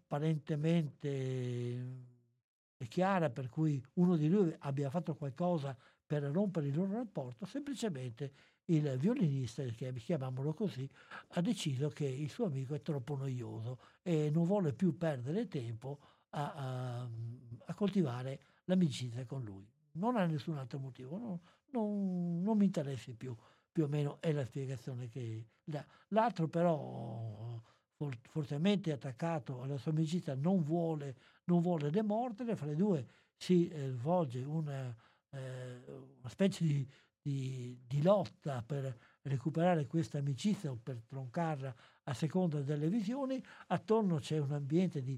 apparentemente chiara per cui uno di due abbia fatto qualcosa per rompere il loro rapporto. Semplicemente il violinista, chiamiamolo così, ha deciso che il suo amico è troppo noioso e non vuole più perdere tempo a coltivare l'amicizia con lui. Non ha nessun altro motivo, non mi interessi più o meno è la spiegazione che dà. L'altro però, fortemente attaccato alla sua amicizia, non vuole demordere. Fra i due si svolge una specie di lotta per recuperare questa amicizia o per troncarla a seconda delle visioni. Attorno c'è un ambiente di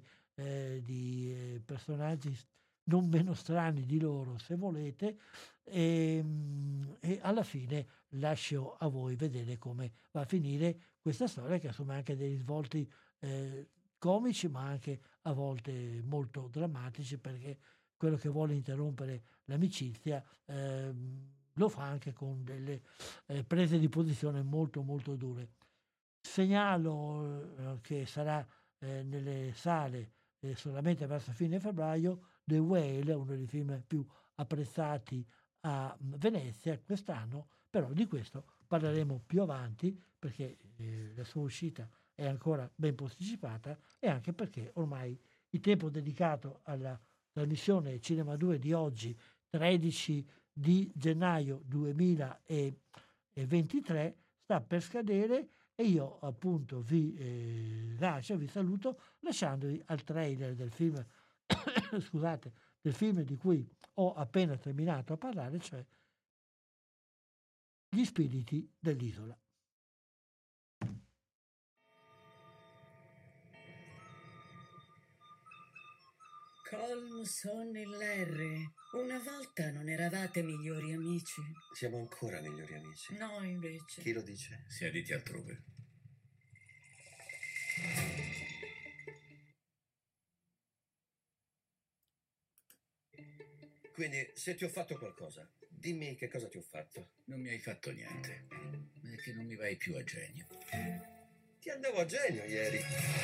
personaggi non meno strani di loro, se volete, e alla fine lascio a voi vedere come va a finire questa storia, che assume anche dei risvolti comici, ma anche a volte molto drammatici, perché quello che vuole interrompere l'amicizia lo fa anche con delle prese di posizione molto molto dure. Segnalo che sarà nelle sale solamente verso fine febbraio The Whale, uno dei film più apprezzati a Venezia quest'anno, però di questo parleremo più avanti, perché la sua uscita è ancora ben posticipata e anche perché ormai il tempo dedicato alla trasmissione Cinema 2 di oggi, 13 di gennaio 2023, sta per scadere, e io appunto vi saluto lasciandovi al trailer del film scusate, del film di cui ho appena terminato a parlare, cioè Gli spiriti dell'isola. Colm, Son e Larry, una volta non eravate migliori amici? Siamo ancora migliori amici. No, invece. Chi lo dice? Siediti altrove. Quindi, se ti ho fatto qualcosa, dimmi che cosa ti ho fatto. Non mi hai fatto niente. È che non mi vai più a genio. Ti andavo a genio ieri.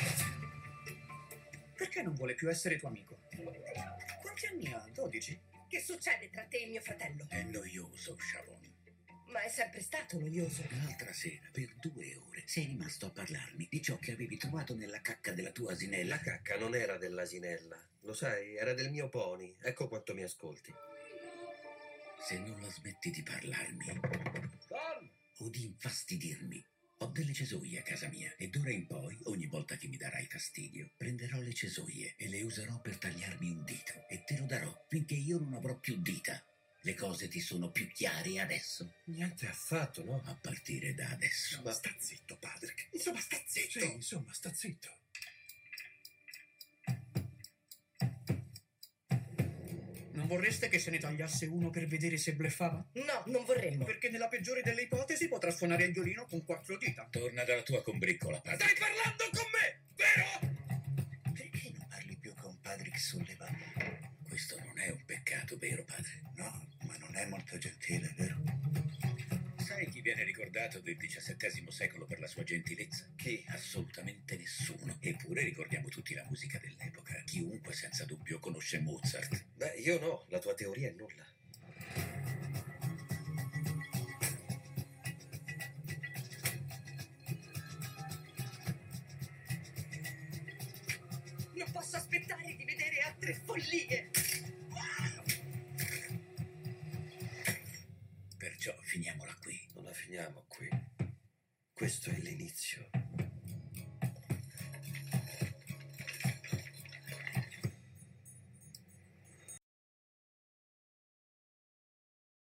Perché non vuole più essere tuo amico? Quanti anni ha? 12? Che succede tra te e mio fratello? È noioso, Shavon. Ma è sempre stato noioso. L'altra sera, per 2 ore, sei rimasto a parlarmi di ciò che avevi trovato nella cacca della tua asinella. La cacca non era dell'asinella. Lo sai, era del mio pony. Ecco quanto mi ascolti. Se non la smetti di parlarmi o di infastidirmi, ho delle cesoie a casa mia e d'ora in poi, ogni volta che mi darai fastidio, prenderò le cesoie e le userò per tagliarmi un dito e te lo darò finché io non avrò più dita. Le cose ti sono più chiare adesso? Niente affatto, no? A partire da adesso. Ma sta zitto, Patrick. Insomma, sta zitto. Sì, insomma, sta zitto. Non vorreste che se ne tagliasse uno per vedere se bluffava? No, non vorremmo. Perché nella peggiore delle ipotesi potrà suonare il violino con 4 dita. Torna dalla tua combriccola, Patrick. Stai parlando con me, vero? Perché non parli più con Patrick Sullivan? Questo non è un peccato, vero, padre? No, ma non è molto gentile, vero? Sai chi viene ricordato del XVII secolo per la sua gentilezza? Chi? Assolutamente nessuno. Eppure ricordiamo tutti la musica dell'epoca. Chiunque senza dubbio conosce Mozart. Beh, io no, la tua teoria è nulla. posso aspettare di vedere altre follie. Perciò finiamola qui. Non la finiamo qui. Questo è l'inizio.